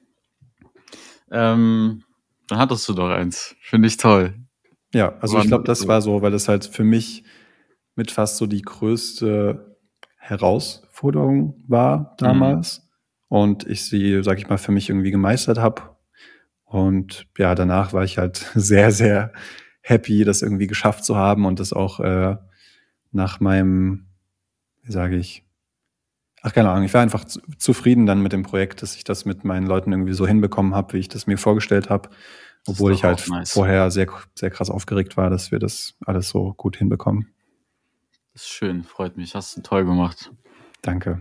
Ähm, dann hattest du doch eins. Finde ich toll. ja, also ich Wann- glaube, das war so, weil das halt für mich mit fast so die größte Herausforderung war damals. Und ich sie, sag ich mal, für mich irgendwie gemeistert habe. Und ja, danach war ich halt sehr, sehr happy, das irgendwie geschafft zu haben und das auch äh, nach meinem, wie sage ich, ach keine Ahnung, ich war einfach zu, zufrieden dann mit dem Projekt, dass ich das mit meinen Leuten irgendwie so hinbekommen habe, wie ich das mir vorgestellt habe, Das ist obwohl doch ich halt auch nice. vorher sehr, sehr krass aufgeregt war, dass wir das alles so gut hinbekommen. Das ist schön, freut mich. Hast du toll gemacht. Danke.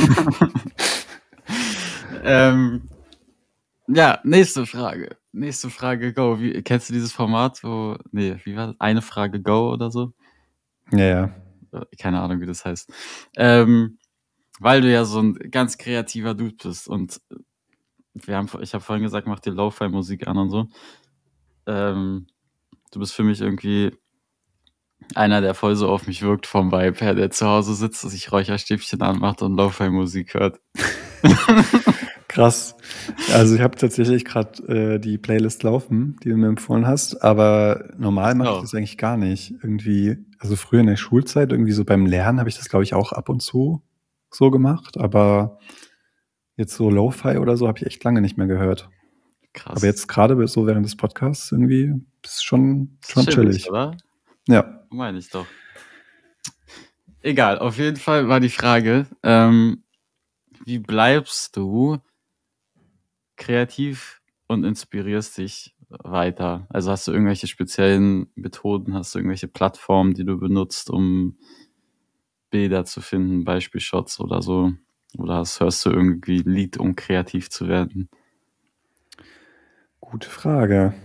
ähm, ja, nächste Frage. Nächste Frage, go. Wie, kennst du dieses Format, wo, nee, wie war das? Eine Frage, go oder so? Ja, ja. Äh, Keine Ahnung, wie das heißt. Ähm, weil du ja so ein ganz kreativer Dude bist und wir haben, ich habe vorhin gesagt, mach dir Lo-Fi-Musik an und so. Ähm, du bist für mich irgendwie einer, der voll so auf mich wirkt vom Vibe her, der zu Hause sitzt, sich Räucherstäbchen anmacht und Lo-Fi-Musik hört. Krass. Also ich habe tatsächlich gerade äh, die Playlist laufen, die du mir empfohlen hast, aber normal mache ich Oh. das eigentlich gar nicht. Irgendwie, also früher in der Schulzeit, irgendwie so beim Lernen habe ich das, glaube ich, auch ab und zu so gemacht, aber jetzt so Lo-Fi oder so habe ich echt lange nicht mehr gehört. Krass. Aber jetzt gerade so während des Podcasts irgendwie ist schon, Ist schon chillig. oder? Ja. Meine ich doch. Egal, auf jeden Fall war die Frage, ähm, wie bleibst du kreativ und inspirierst dich weiter? Also hast du irgendwelche speziellen Methoden, hast du irgendwelche Plattformen, die du benutzt, um Bilder zu finden, Beispielshots oder so? Oder hast, hörst du irgendwie ein Lied, um kreativ zu werden? Gute Frage.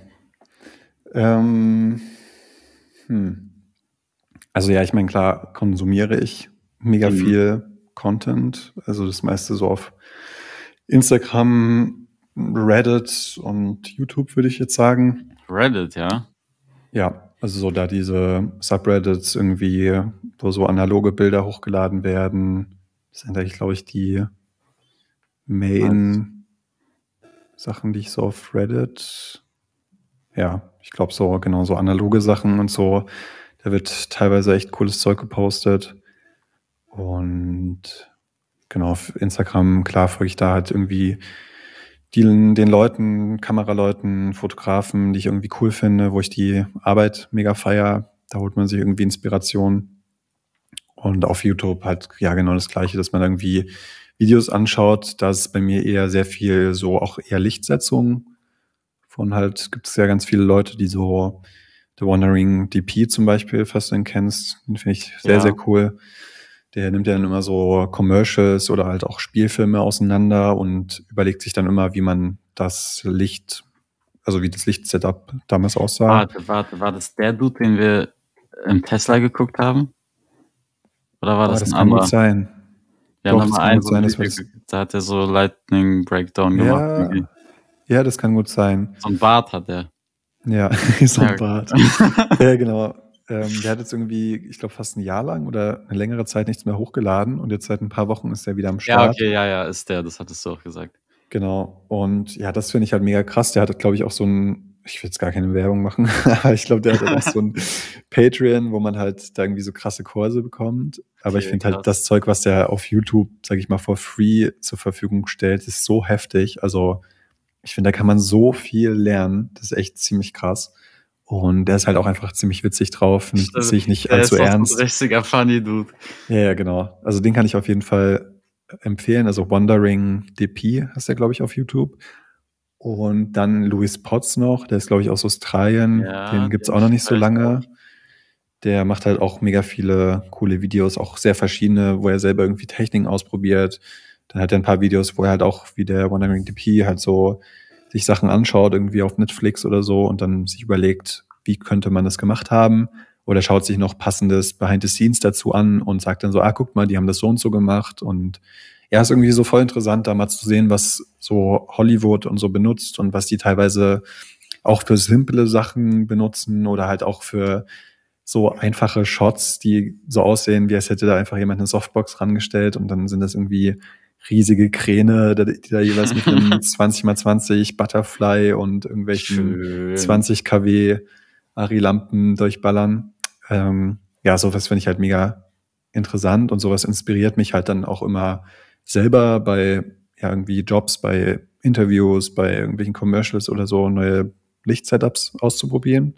Ähm, hm. Also ja, ich meine, klar konsumiere ich mega Mhm. viel Content. Also das meiste so auf Instagram, Reddit und YouTube, würde ich jetzt sagen. Reddit, ja? Ja, also so da diese Subreddits irgendwie, wo so analoge Bilder hochgeladen werden. Das sind eigentlich, glaube ich, die Main-Sachen, die ich so auf Reddit, ja, ich glaube so, genau, so analoge Sachen und so. Da wird teilweise echt cooles Zeug gepostet. Und genau, auf Instagram, klar, folge ich da halt irgendwie die, den Leuten, Kameraleuten, Fotografen, die ich irgendwie cool finde, wo ich die Arbeit mega feier. Da holt man sich irgendwie Inspiration. Und auf YouTube halt, ja, genau das Gleiche, dass man irgendwie Videos anschaut. Da ist bei mir eher sehr viel so auch eher Lichtsetzung. Von halt, gibt es ja ganz viele Leute, die so The Wandering D P zum Beispiel, falls du den kennst, den finde ich sehr, Ja. sehr cool. Der nimmt ja dann immer so Commercials oder halt auch Spielfilme auseinander und überlegt sich dann immer, wie man das Licht, also wie das Lichtsetup damals aussah. Warte, warte, war das der Dude, den wir im Tesla geguckt haben? Oder war Oh, das das ein kann gut anderer? sein. Wir haben Doch, da das mal kann ein gut so ein sein, dass wir Video das. geguckt, da hat er so Lightning Breakdown gemacht irgendwie. Ja, ja, das kann gut sein. So ein Bart hat er. Ja, so Ja. ein Bart. Ja, genau. Ähm, der hat jetzt irgendwie, ich glaube, fast ein Jahr lang oder eine längere Zeit nichts mehr hochgeladen und jetzt seit ein paar Wochen ist er wieder am Ja, Start. okay, ja, ja, ist der, das hattest du auch gesagt. Genau. Und ja, das finde ich halt mega krass. Der hat, glaube ich, auch so ein, ich will jetzt gar keine Werbung machen, aber ich glaube, der hat halt auch so ein Patreon, wo man halt da irgendwie so krasse Kurse bekommt. Aber ich Okay, finde halt krass. das Zeug, was der auf YouTube, sage ich mal, for free zur Verfügung stellt, ist so heftig. Also ich finde, da kann man so viel lernen. Das ist echt ziemlich krass. Und der ist halt auch einfach ziemlich witzig drauf. Nimmt Stimmt. sich nicht Der allzu ist auch so ein ernst. richtiger Funny Dude. Ja, ja, genau. Also den kann ich auf jeden Fall empfehlen. Also Wandering D P heißt der, glaube ich, auf YouTube. Und dann Louis Potts noch, der ist, glaube ich, aus Australien. Ja, Den gibt's den auch noch nicht so feier ich lange. Der macht halt auch mega viele coole Videos, auch sehr verschiedene, wo er selber irgendwie Techniken ausprobiert. Dann hat er ein paar Videos, wo er halt auch wie der Wandering D P halt so sich Sachen anschaut, irgendwie auf Netflix oder so und dann sich überlegt, wie könnte man das gemacht haben. Oder schaut sich noch passendes Behind the Scenes dazu an und sagt dann so, ah, guck mal, die haben das so und so gemacht. Und ja, ist irgendwie so voll interessant, da mal zu sehen, was so Hollywood und so benutzt und was die teilweise auch für simple Sachen benutzen oder halt auch für so einfache Shots, die so aussehen, wie als hätte da einfach jemand eine Softbox rangestellt und dann sind das irgendwie riesige Kräne, die da jeweils mit einem zwanzig mal zwanzig Butterfly und irgendwelchen Schön. zwanzig Kilowatt Ari-Lampen durchballern. Ähm, ja, sowas finde ich halt mega interessant und sowas inspiriert mich halt dann auch immer selber bei ja, irgendwie Jobs, bei Interviews, bei irgendwelchen Commercials oder so, neue Lichtsetups auszuprobieren.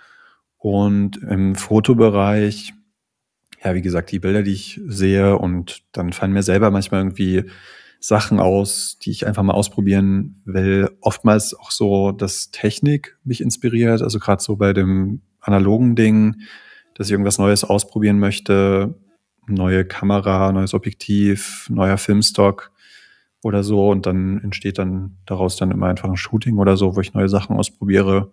Und im Fotobereich, ja, wie gesagt, die Bilder, die ich sehe und dann fallen mir selber manchmal irgendwie Sachen aus, die ich einfach mal ausprobieren will. Oftmals auch so, dass Technik mich inspiriert, also gerade so bei dem analogen Ding, dass ich irgendwas Neues ausprobieren möchte, neue Kamera, neues Objektiv, neuer Filmstock oder so und dann entsteht dann daraus dann immer einfach ein Shooting oder so, wo ich neue Sachen ausprobiere.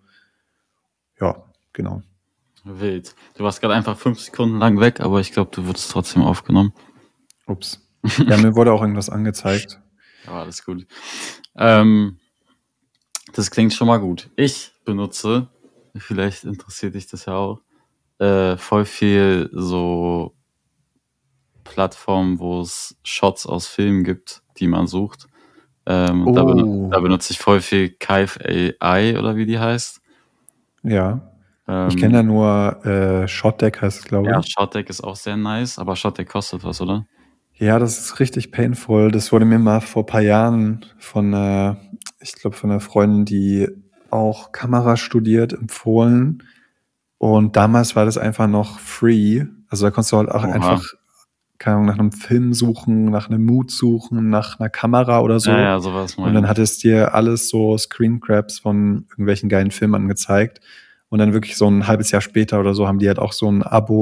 Ja, genau. Wild. Du warst gerade einfach fünf Sekunden lang weg, aber ich glaube, du wurdest trotzdem aufgenommen. Ups. Ja, mir wurde auch irgendwas angezeigt. Ja, alles gut. Ähm, das klingt schon mal gut. Ich benutze, vielleicht interessiert dich das ja auch, äh, voll viel so Plattformen, wo es Shots aus Filmen gibt, die man sucht. Ähm, da, benut Oh. da benutze ich voll viel Kive A I oder wie die heißt. Ja. Ähm, Ich kenne da nur äh, Shotdeck heißt es, glaube ja, ich. Shotdeck ist auch sehr nice, aber Shotdeck kostet was, oder? Ja, das ist richtig painful. Das wurde mir mal vor ein paar Jahren von, äh, ich glaube, von einer Freundin, die auch Kamera studiert, empfohlen. Und damals war das einfach noch free. Also da konntest du halt auch Oha. einfach, keine Ahnung, nach einem Film suchen, nach einem Mood suchen, nach einer Kamera oder so. Ja, ja, sowas Und dann hat es dir alles so Screengrabs von irgendwelchen geilen Filmen angezeigt. Und dann wirklich so ein halbes Jahr später oder so haben die halt auch so ein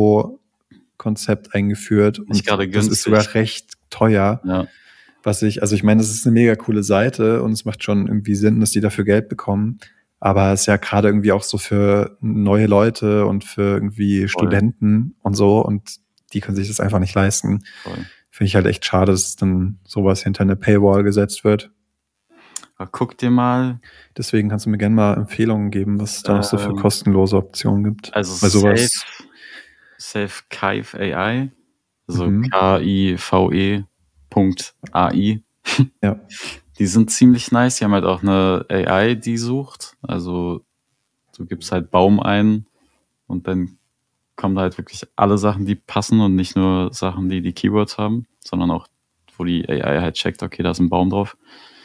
Abo-Konzept eingeführt. Und Nicht gerade das günstig. ist sogar recht teuer. Ja. Was ich, also ich meine, das ist eine mega coole Seite und es macht schon irgendwie Sinn, dass die dafür Geld bekommen. Aber es ist ja gerade irgendwie auch so für neue Leute und für irgendwie Voll. Studenten und so. Und die können sich das einfach nicht leisten. Voll. Finde ich halt echt schade, dass dann sowas hinter eine Paywall gesetzt wird. Aber guck dir mal. Deswegen kannst du mir gerne mal Empfehlungen geben, was es da noch so für Ähm, kostenlose Optionen gibt. Also Weil Safe, sowas, Safe Kive A I, also Mhm. K I V E Punkt A I. Ja. Die sind ziemlich nice. Die haben halt auch eine A I, die sucht. Also du gibst halt Baum ein und dann kommen halt wirklich alle Sachen, die passen und nicht nur Sachen, die die Keywords haben, sondern auch, wo die A I halt checkt, okay, da ist ein Baum drauf.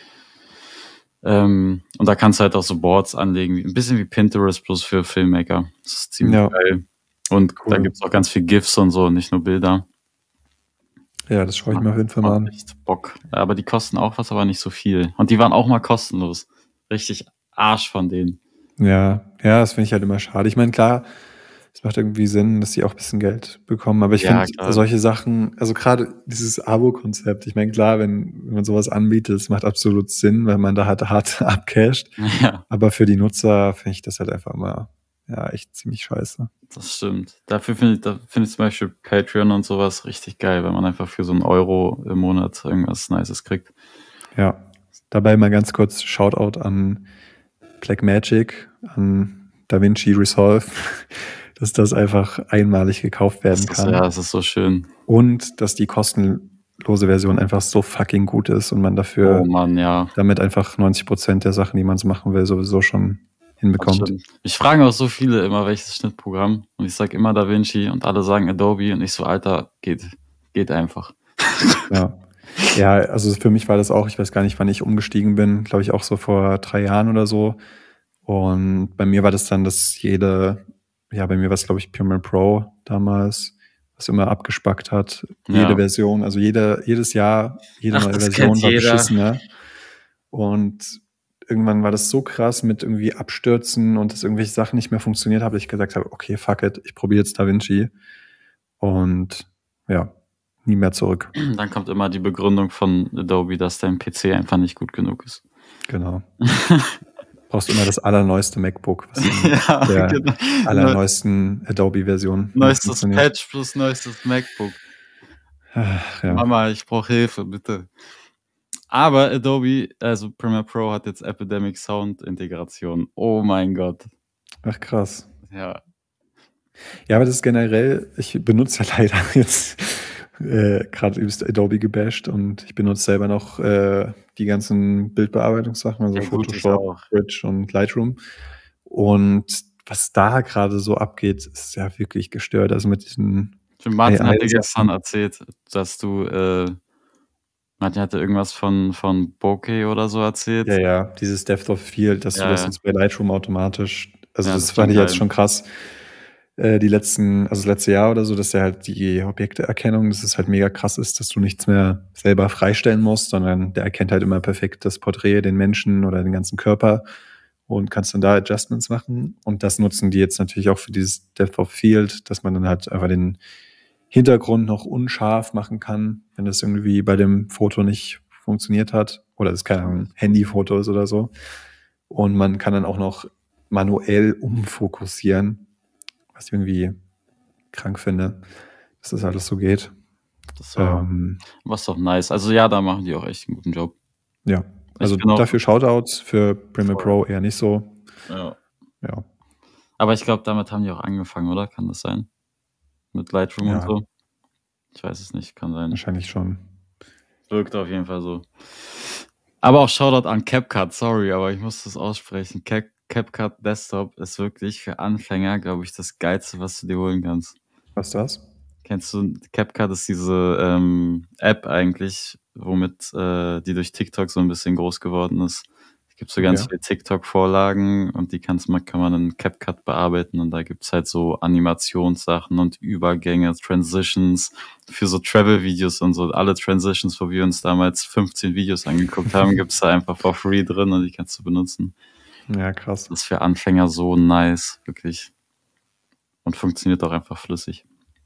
Ähm, und da kannst du halt auch so Boards anlegen, ein bisschen wie Pinterest plus für Filmmaker. Das ist ziemlich Ja. geil. Und Cool. da gibt's auch ganz viel GIFs und so, nicht nur Bilder. Ja, das schaue ich mir auf jeden Fall mal Macht an. echt Bock. Aber die kosten auch was, aber nicht so viel. Und die waren auch mal kostenlos. Richtig Arsch von denen. Ja, ja, das finde ich halt immer schade. Ich meine, klar, es macht irgendwie Sinn, dass sie auch ein bisschen Geld bekommen. Aber ich Ja, finde klar. solche Sachen, also gerade dieses Abo-Konzept, ich meine, klar, wenn, wenn man sowas anbietet, es macht absolut Sinn, weil man da halt hart abcasht. Ja, Aber für die Nutzer finde ich das halt einfach mal, ja, echt ziemlich scheiße. das stimmt. Dafür finde ich, da finde ich zum Beispiel Patreon und sowas richtig geil, wenn man einfach für so einen Euro im Monat irgendwas Nices kriegt. Ja. Dabei mal ganz kurz Shoutout an Blackmagic, an DaVinci Resolve, dass das einfach einmalig gekauft werden Das ist, kann. ja, das ist so schön. Und dass die kostenlose Version einfach so fucking gut ist und man dafür Oh Mann, ja. damit einfach neunzig Prozent der Sachen, die man so machen will, sowieso schon Das hinbekommt. stimmt. Mich fragen auch so viele immer, welches Schnittprogramm. Und ich sage immer DaVinci und alle sagen Adobe und ich so, Alter, geht, geht einfach. Ja. Ja, also für mich war das auch, ich weiß gar nicht, wann ich umgestiegen bin, glaube ich auch so vor drei Jahren oder so. Und bei mir war das dann, dass jede, ja, bei mir war es, glaube ich, Premiere Pro damals, was immer abgespackt hat. Jede Ja. Version, also jede, jedes Jahr, jede Ach, neue das Version kennt war jeder. beschissener. Und irgendwann war das so krass mit irgendwie Abstürzen und dass irgendwelche Sachen nicht mehr funktioniert haben, dass ich gesagt habe, okay, fuck it, ich probiere jetzt DaVinci. Und ja, nie mehr zurück. Dann kommt immer die Begründung von Adobe, dass dein P C einfach nicht gut genug ist. Genau. Brauchst immer das allerneueste MacBook, was in Ja, der genau. allerneuesten Adobe-Version Neuestes funktioniert. Patch plus neuestes MacBook. Ach, ja. Mama, ich brauche Hilfe, bitte. Aber Adobe, also Premiere Pro hat jetzt Epidemic Sound Integration. Oh mein Gott. Ach, krass. Ja. Ja, aber das ist generell, ich benutze ja leider jetzt äh, gerade übelst Adobe gebasht und ich benutze selber noch äh, die ganzen Bildbearbeitungssachen, also Ja, gut, ich Photoshop, auch. Bridge und Lightroom. Und was da gerade so abgeht, ist ja wirklich gestört. Also mit diesen Martin hat dir A I-Sachen. gestern erzählt, dass du, äh, Martin hatte irgendwas von, von Bokeh oder so erzählt. Ja, ja, dieses Depth of Field, dass Ja, du das ja. jetzt bei Lightroom automatisch, also Ja, das das ist fand schon ich jetzt geil. schon krass. Äh, die letzten, also das letzte Jahr oder so, dass ja halt die Objekteerkennung, dass es halt mega krass ist, dass du nichts mehr selber freistellen musst, sondern der erkennt halt immer perfekt das Porträt, den Menschen oder den ganzen Körper und kannst dann da Adjustments machen. Und das nutzen die jetzt natürlich auch für dieses Depth of Field, dass man dann halt einfach den Hintergrund noch unscharf machen kann, wenn das irgendwie bei dem Foto nicht funktioniert hat oder das keine Ahnung, Handyfoto ist oder so. Und man kann dann auch noch manuell umfokussieren, was ich irgendwie krank finde, dass das alles so geht. Das war, Ähm, was doch nice. Also ja, da machen die auch echt einen guten Job. ja, also Ich bin auch- dafür Shoutouts, für Premiere Pro eher nicht so. Ja. Ja, Aber ich glaube, damit haben die auch angefangen, oder? Kann das sein? Mit Lightroom Ja. und so? Ich weiß es nicht, kann sein. wahrscheinlich schon. Wirkt auf jeden Fall so. Aber auch Shoutout an CapCut, sorry, aber ich muss das aussprechen. Cap CapCut Desktop ist wirklich für Anfänger, glaube ich, das Geilste, was du dir holen kannst. Was ist das? Kennst du, CapCut ist diese ähm, App eigentlich, womit äh, die durch TikTok so ein bisschen groß geworden ist. Es gibt so ganz Okay. viele TikTok-Vorlagen und die kannst man, kann man in CapCut bearbeiten und da gibt's halt so Animationssachen und Übergänge, Transitions für so Travel-Videos und so. Alle Transitions, wo wir uns damals fünfzehn Videos angeguckt haben, gibt's da einfach for free drin und die kannst du benutzen. Ja, krass. Das ist für Anfänger so nice, wirklich. Und funktioniert auch einfach flüssig.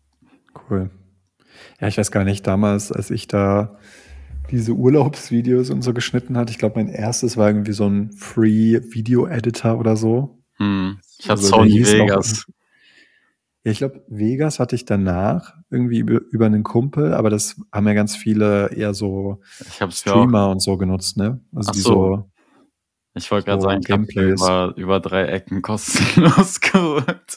Cool. Ja, ich weiß gar nicht, damals, als ich da diese Urlaubsvideos und so geschnitten hatte, ich glaube, mein erstes war irgendwie so ein Free-Video-Editor oder so. Hm. Ich hatte Also, der Sony hieß auch Vegas. irgendwie- Ja, ich glaube, Vegas hatte ich danach irgendwie über, über einen Kumpel, aber das haben ja ganz viele eher so Ich habe es mir auch. Streamer und so genutzt, ne? Also Ach die so. so, Ich wollte gerade so sagen, ich habe Gameplays. über, über drei Ecken kostenlos geholt.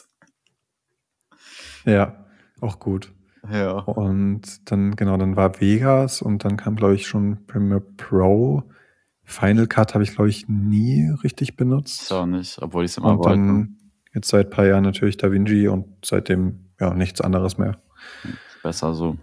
Ja, auch gut. Ja. Und dann, genau, dann war Vegas und dann kam, glaube ich, schon Premiere Pro. Final Cut habe ich, glaube ich, nie richtig Ich benutzt. auch nicht, obwohl ich es immer Und wollte. dann jetzt seit ein paar Jahren natürlich DaVinci und seitdem ja nichts anderes mehr. Besser so.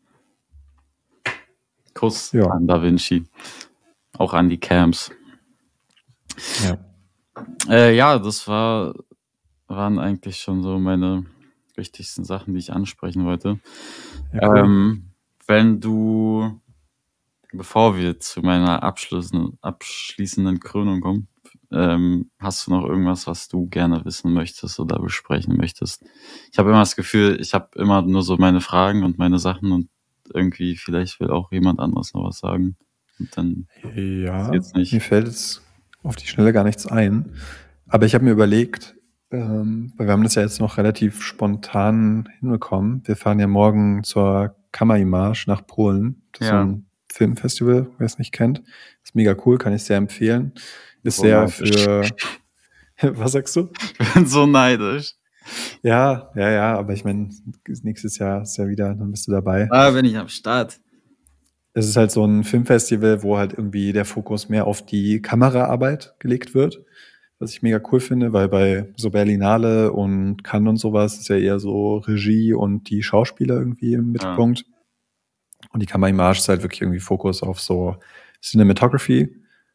Kuss Ja. an DaVinci. Auch an die Cams. Ja. Äh, ja, das war, waren eigentlich schon so meine wichtigsten Sachen, die ich ansprechen wollte. Ja, cool. Ähm, wenn du, bevor wir zu meiner abschließenden, abschließenden Krönung kommen, ähm, hast du noch irgendwas, was du gerne wissen möchtest oder besprechen möchtest? Ich habe immer das Gefühl, ich habe immer nur so meine Fragen und meine Sachen und irgendwie vielleicht will auch jemand anderes noch was sagen. Und dann Ja, jetzt nicht. mir fällt jetzt auf die Schnelle gar nichts ein. Aber ich habe mir überlegt, ähm, weil wir haben das ja jetzt noch relativ spontan hinbekommen. Wir fahren ja morgen zur Kammermarsch nach Polen. Das ist so Ja. ein Filmfestival, wer es nicht kennt. Ist mega cool, kann ich sehr empfehlen. Ist So sehr neidisch. für... Was sagst du? Ich bin so neidisch. Ja, ja, ja, aber ich meine, nächstes Jahr ist ja wieder, dann bist du dabei. Ah, bin ich am Start. Es ist halt so ein Filmfestival, wo halt irgendwie der Fokus mehr auf die Kameraarbeit gelegt wird, was ich mega cool finde, weil bei so Berlinale und Cannes und sowas ist ja eher so Regie und die Schauspieler irgendwie im Mittelpunkt. Und die Kammermarsch ist halt wirklich irgendwie Fokus auf so Cinematography.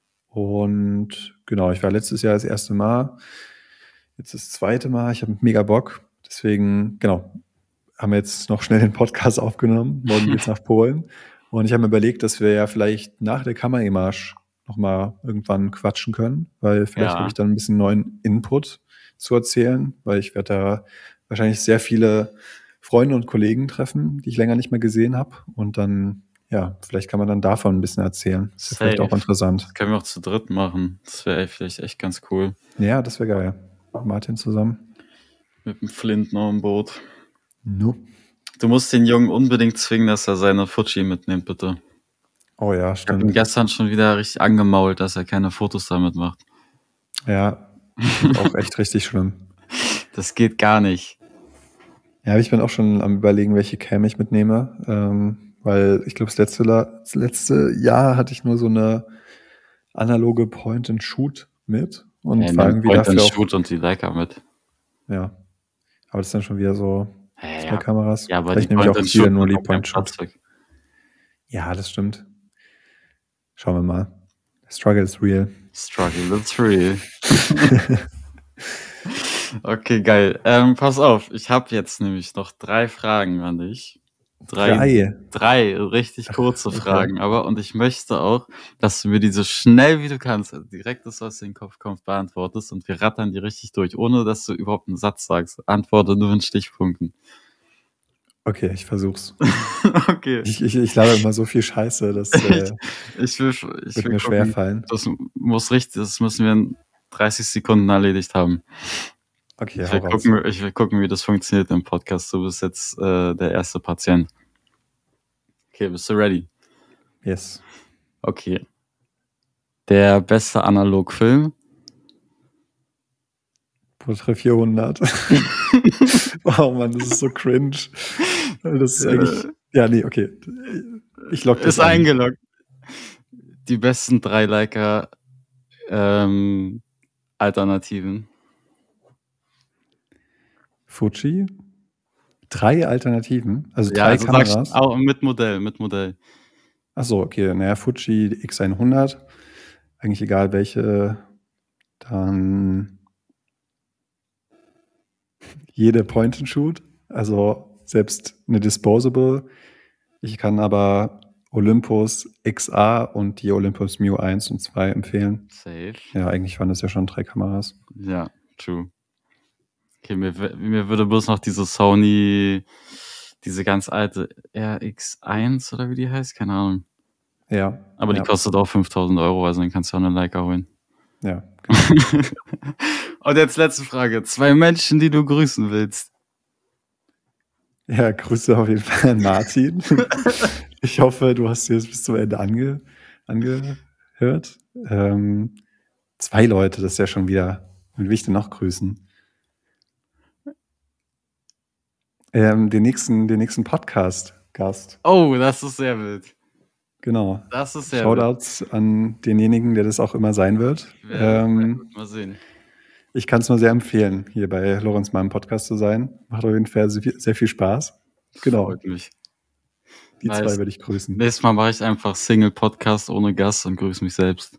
Und genau, ich war letztes Jahr das erste Mal, jetzt das zweite Mal, ich habe mega Bock. Deswegen, genau, haben wir jetzt noch schnell den Podcast aufgenommen. Morgen geht's nach Polen. Und ich habe mir überlegt, dass wir ja vielleicht nach der Kammermarsch nochmal irgendwann quatschen können, weil vielleicht Ja. habe ich dann ein bisschen neuen Input zu erzählen, weil ich werde da wahrscheinlich sehr viele Freunde und Kollegen treffen, die ich länger nicht mehr gesehen habe. Und dann, ja, vielleicht kann man dann davon ein bisschen erzählen. Das ist vielleicht auch Safe. interessant. Das können wir auch zu dritt machen. Das wäre vielleicht echt ganz cool. Ja, das wäre geil. Mit Martin zusammen. Mit dem Flint noch im Boot. No. Du musst den Jungen unbedingt zwingen, dass er seine Fuji mitnimmt, bitte. Oh ja, Ich habe ihn stimmt. gestern schon wieder richtig angemault, dass er keine Fotos damit macht. Ja, auch echt richtig schlimm. Das geht gar nicht. Ja, ich bin auch schon am Überlegen, welche Cam ich mitnehme, ähm, weil ich glaube, das letzte, das letzte Jahr hatte ich nur so eine analoge Point-and-Shoot mit und Hey, war nimm irgendwie Point and dafür auch, Shoot und die Leica mit. ja, aber das ist dann schon wieder so Hey, zwei ja. Kameras. Ja, aber Vielleicht die nehme ich auch Point and wieder Shoot nur die nimmt auch keinen Point-Shoot. Platz weg. Ja, das stimmt. Schauen wir mal. The struggle is real. Struggle, it's real. Okay, geil. Ähm, pass auf, ich habe jetzt nämlich noch drei Fragen an dich. Drei, Drei. drei richtig kurze okay. Fragen, aber und ich möchte auch, dass du mir die so schnell wie du kannst, also direkt das, was dir in den Kopf kommt, beantwortest und wir rattern die richtig durch, ohne dass du überhaupt einen Satz sagst. Antworte nur in Stichpunkten. Okay, ich versuch's. Okay. Ich, ich, ich laber immer so viel Scheiße, das äh, Ich will, ich wird will mir gucken, schwerfallen. das muss richtig, das müssen wir in dreißig Sekunden erledigt haben. Okay, Ich hau will, raus. gucken, ich will gucken, wie das funktioniert im Podcast. Du bist jetzt äh, der erste Patient. Okay, bist du ready? Yes. Okay. Der beste Analogfilm? Porträt vierhundert. Oh Mann, das ist so cringe. Das ist eigentlich... Ja, nee, okay. Ich lock das Ist an. eingeloggt. Die besten drei Leica ähm, Alternativen. Fuji. Drei Alternativen, also Ja, drei also sag ich Kameras. auch mit Modell, mit Modell. Achso, okay. Naja, Fuji X hundert. Eigentlich egal welche. Dann jede Point-and-Shoot. Also selbst eine Disposable. Ich kann aber Olympus X A und die Olympus Mio eins und zwei empfehlen. Safe. Ja, eigentlich waren das ja schon drei Kameras. Ja, true. Okay, mir, mir würde bloß noch diese Sony, diese ganz alte R X eins oder wie die heißt, keine Ahnung. Ja. Aber ja. die kostet auch fünftausend Euro, also dann kannst du auch eine Leica holen. Ja. Genau. Und jetzt letzte Frage. Zwei Menschen, die du grüßen willst. Ja, Grüße auf jeden Fall an Martin. Ich hoffe, du hast dir das bis zum Ende ange, angehört. Ähm, zwei Leute, das ist ja schon wieder. Wen will ich denn noch grüßen? Ähm, den nächsten, den nächsten Podcast-Gast. Oh, das ist sehr wild. Genau. Das ist sehr Shoutouts wild. an denjenigen, der das auch immer sein wird. Ja, ähm, mal sehen. Ich kann es nur sehr empfehlen, hier bei Lorenz mal im Podcast zu sein. Macht auf jeden Fall sehr viel Spaß. Genau. Freut mich. Die nice. zwei würde ich grüßen. Nächstes Mal mache ich einfach Single-Podcast ohne Gast und grüße mich selbst.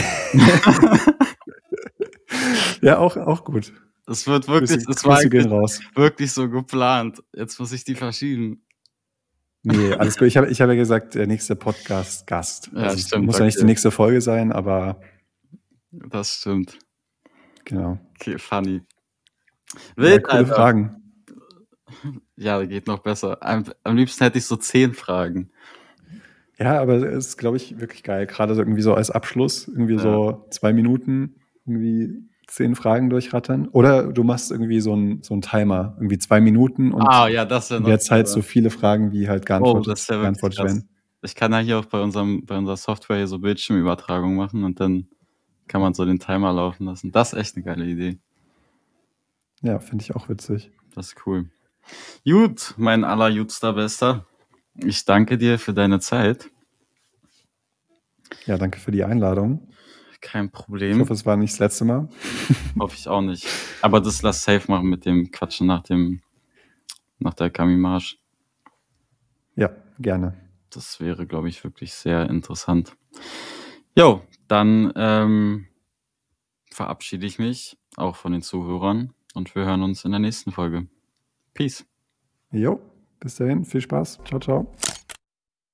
Ja, auch, auch gut. Das wird wirklich, Grüße, das war Grüße gehen raus. wirklich so geplant. Jetzt muss ich die verschieben. Nee, alles gut. Ich habe ich hab ja gesagt, der nächste Podcast-Gast. Ja, also stimmt. muss okay. ja nicht die nächste Folge sein, aber Das stimmt. Genau. Okay, funny. Ja, Wild, coole Alter. Fragen. Ja, geht noch besser. Am, am liebsten hätte ich so zehn Fragen. Ja, aber es ist, glaube ich, wirklich geil. Gerade so irgendwie so als Abschluss, irgendwie Ja. so zwei Minuten, irgendwie zehn Fragen durchrattern. Oder du machst irgendwie so einen so einen Timer, irgendwie zwei Minuten und Ah, ja, das wäre in noch der Zeit besser. so viele Fragen, wie halt Oh, geantwortet, das wäre wirklich geantwortet krass. werden. Ich kann ja hier auch bei unserem, bei unserer Software hier so Bildschirmübertragung machen und dann kann man so den Timer laufen lassen. Das ist echt eine geile Idee. Ja, finde ich auch witzig. Das ist cool. Gut, mein allerjutster Bester. Ich danke dir für deine Zeit. Ja, danke für die Einladung. Kein Ich Problem. hoffe, es war nicht das letzte Mal. Hoffe ich auch nicht. Aber das lass safe machen mit dem Quatschen nach dem, nach der Kamimarsch. Ja, gerne. Das wäre, glaube ich, wirklich sehr interessant. Jo, dann ähm, verabschiede ich mich auch von den Zuhörern und wir hören uns in der nächsten Folge. Peace. Jo, bis dahin, viel Spaß. Ciao, ciao.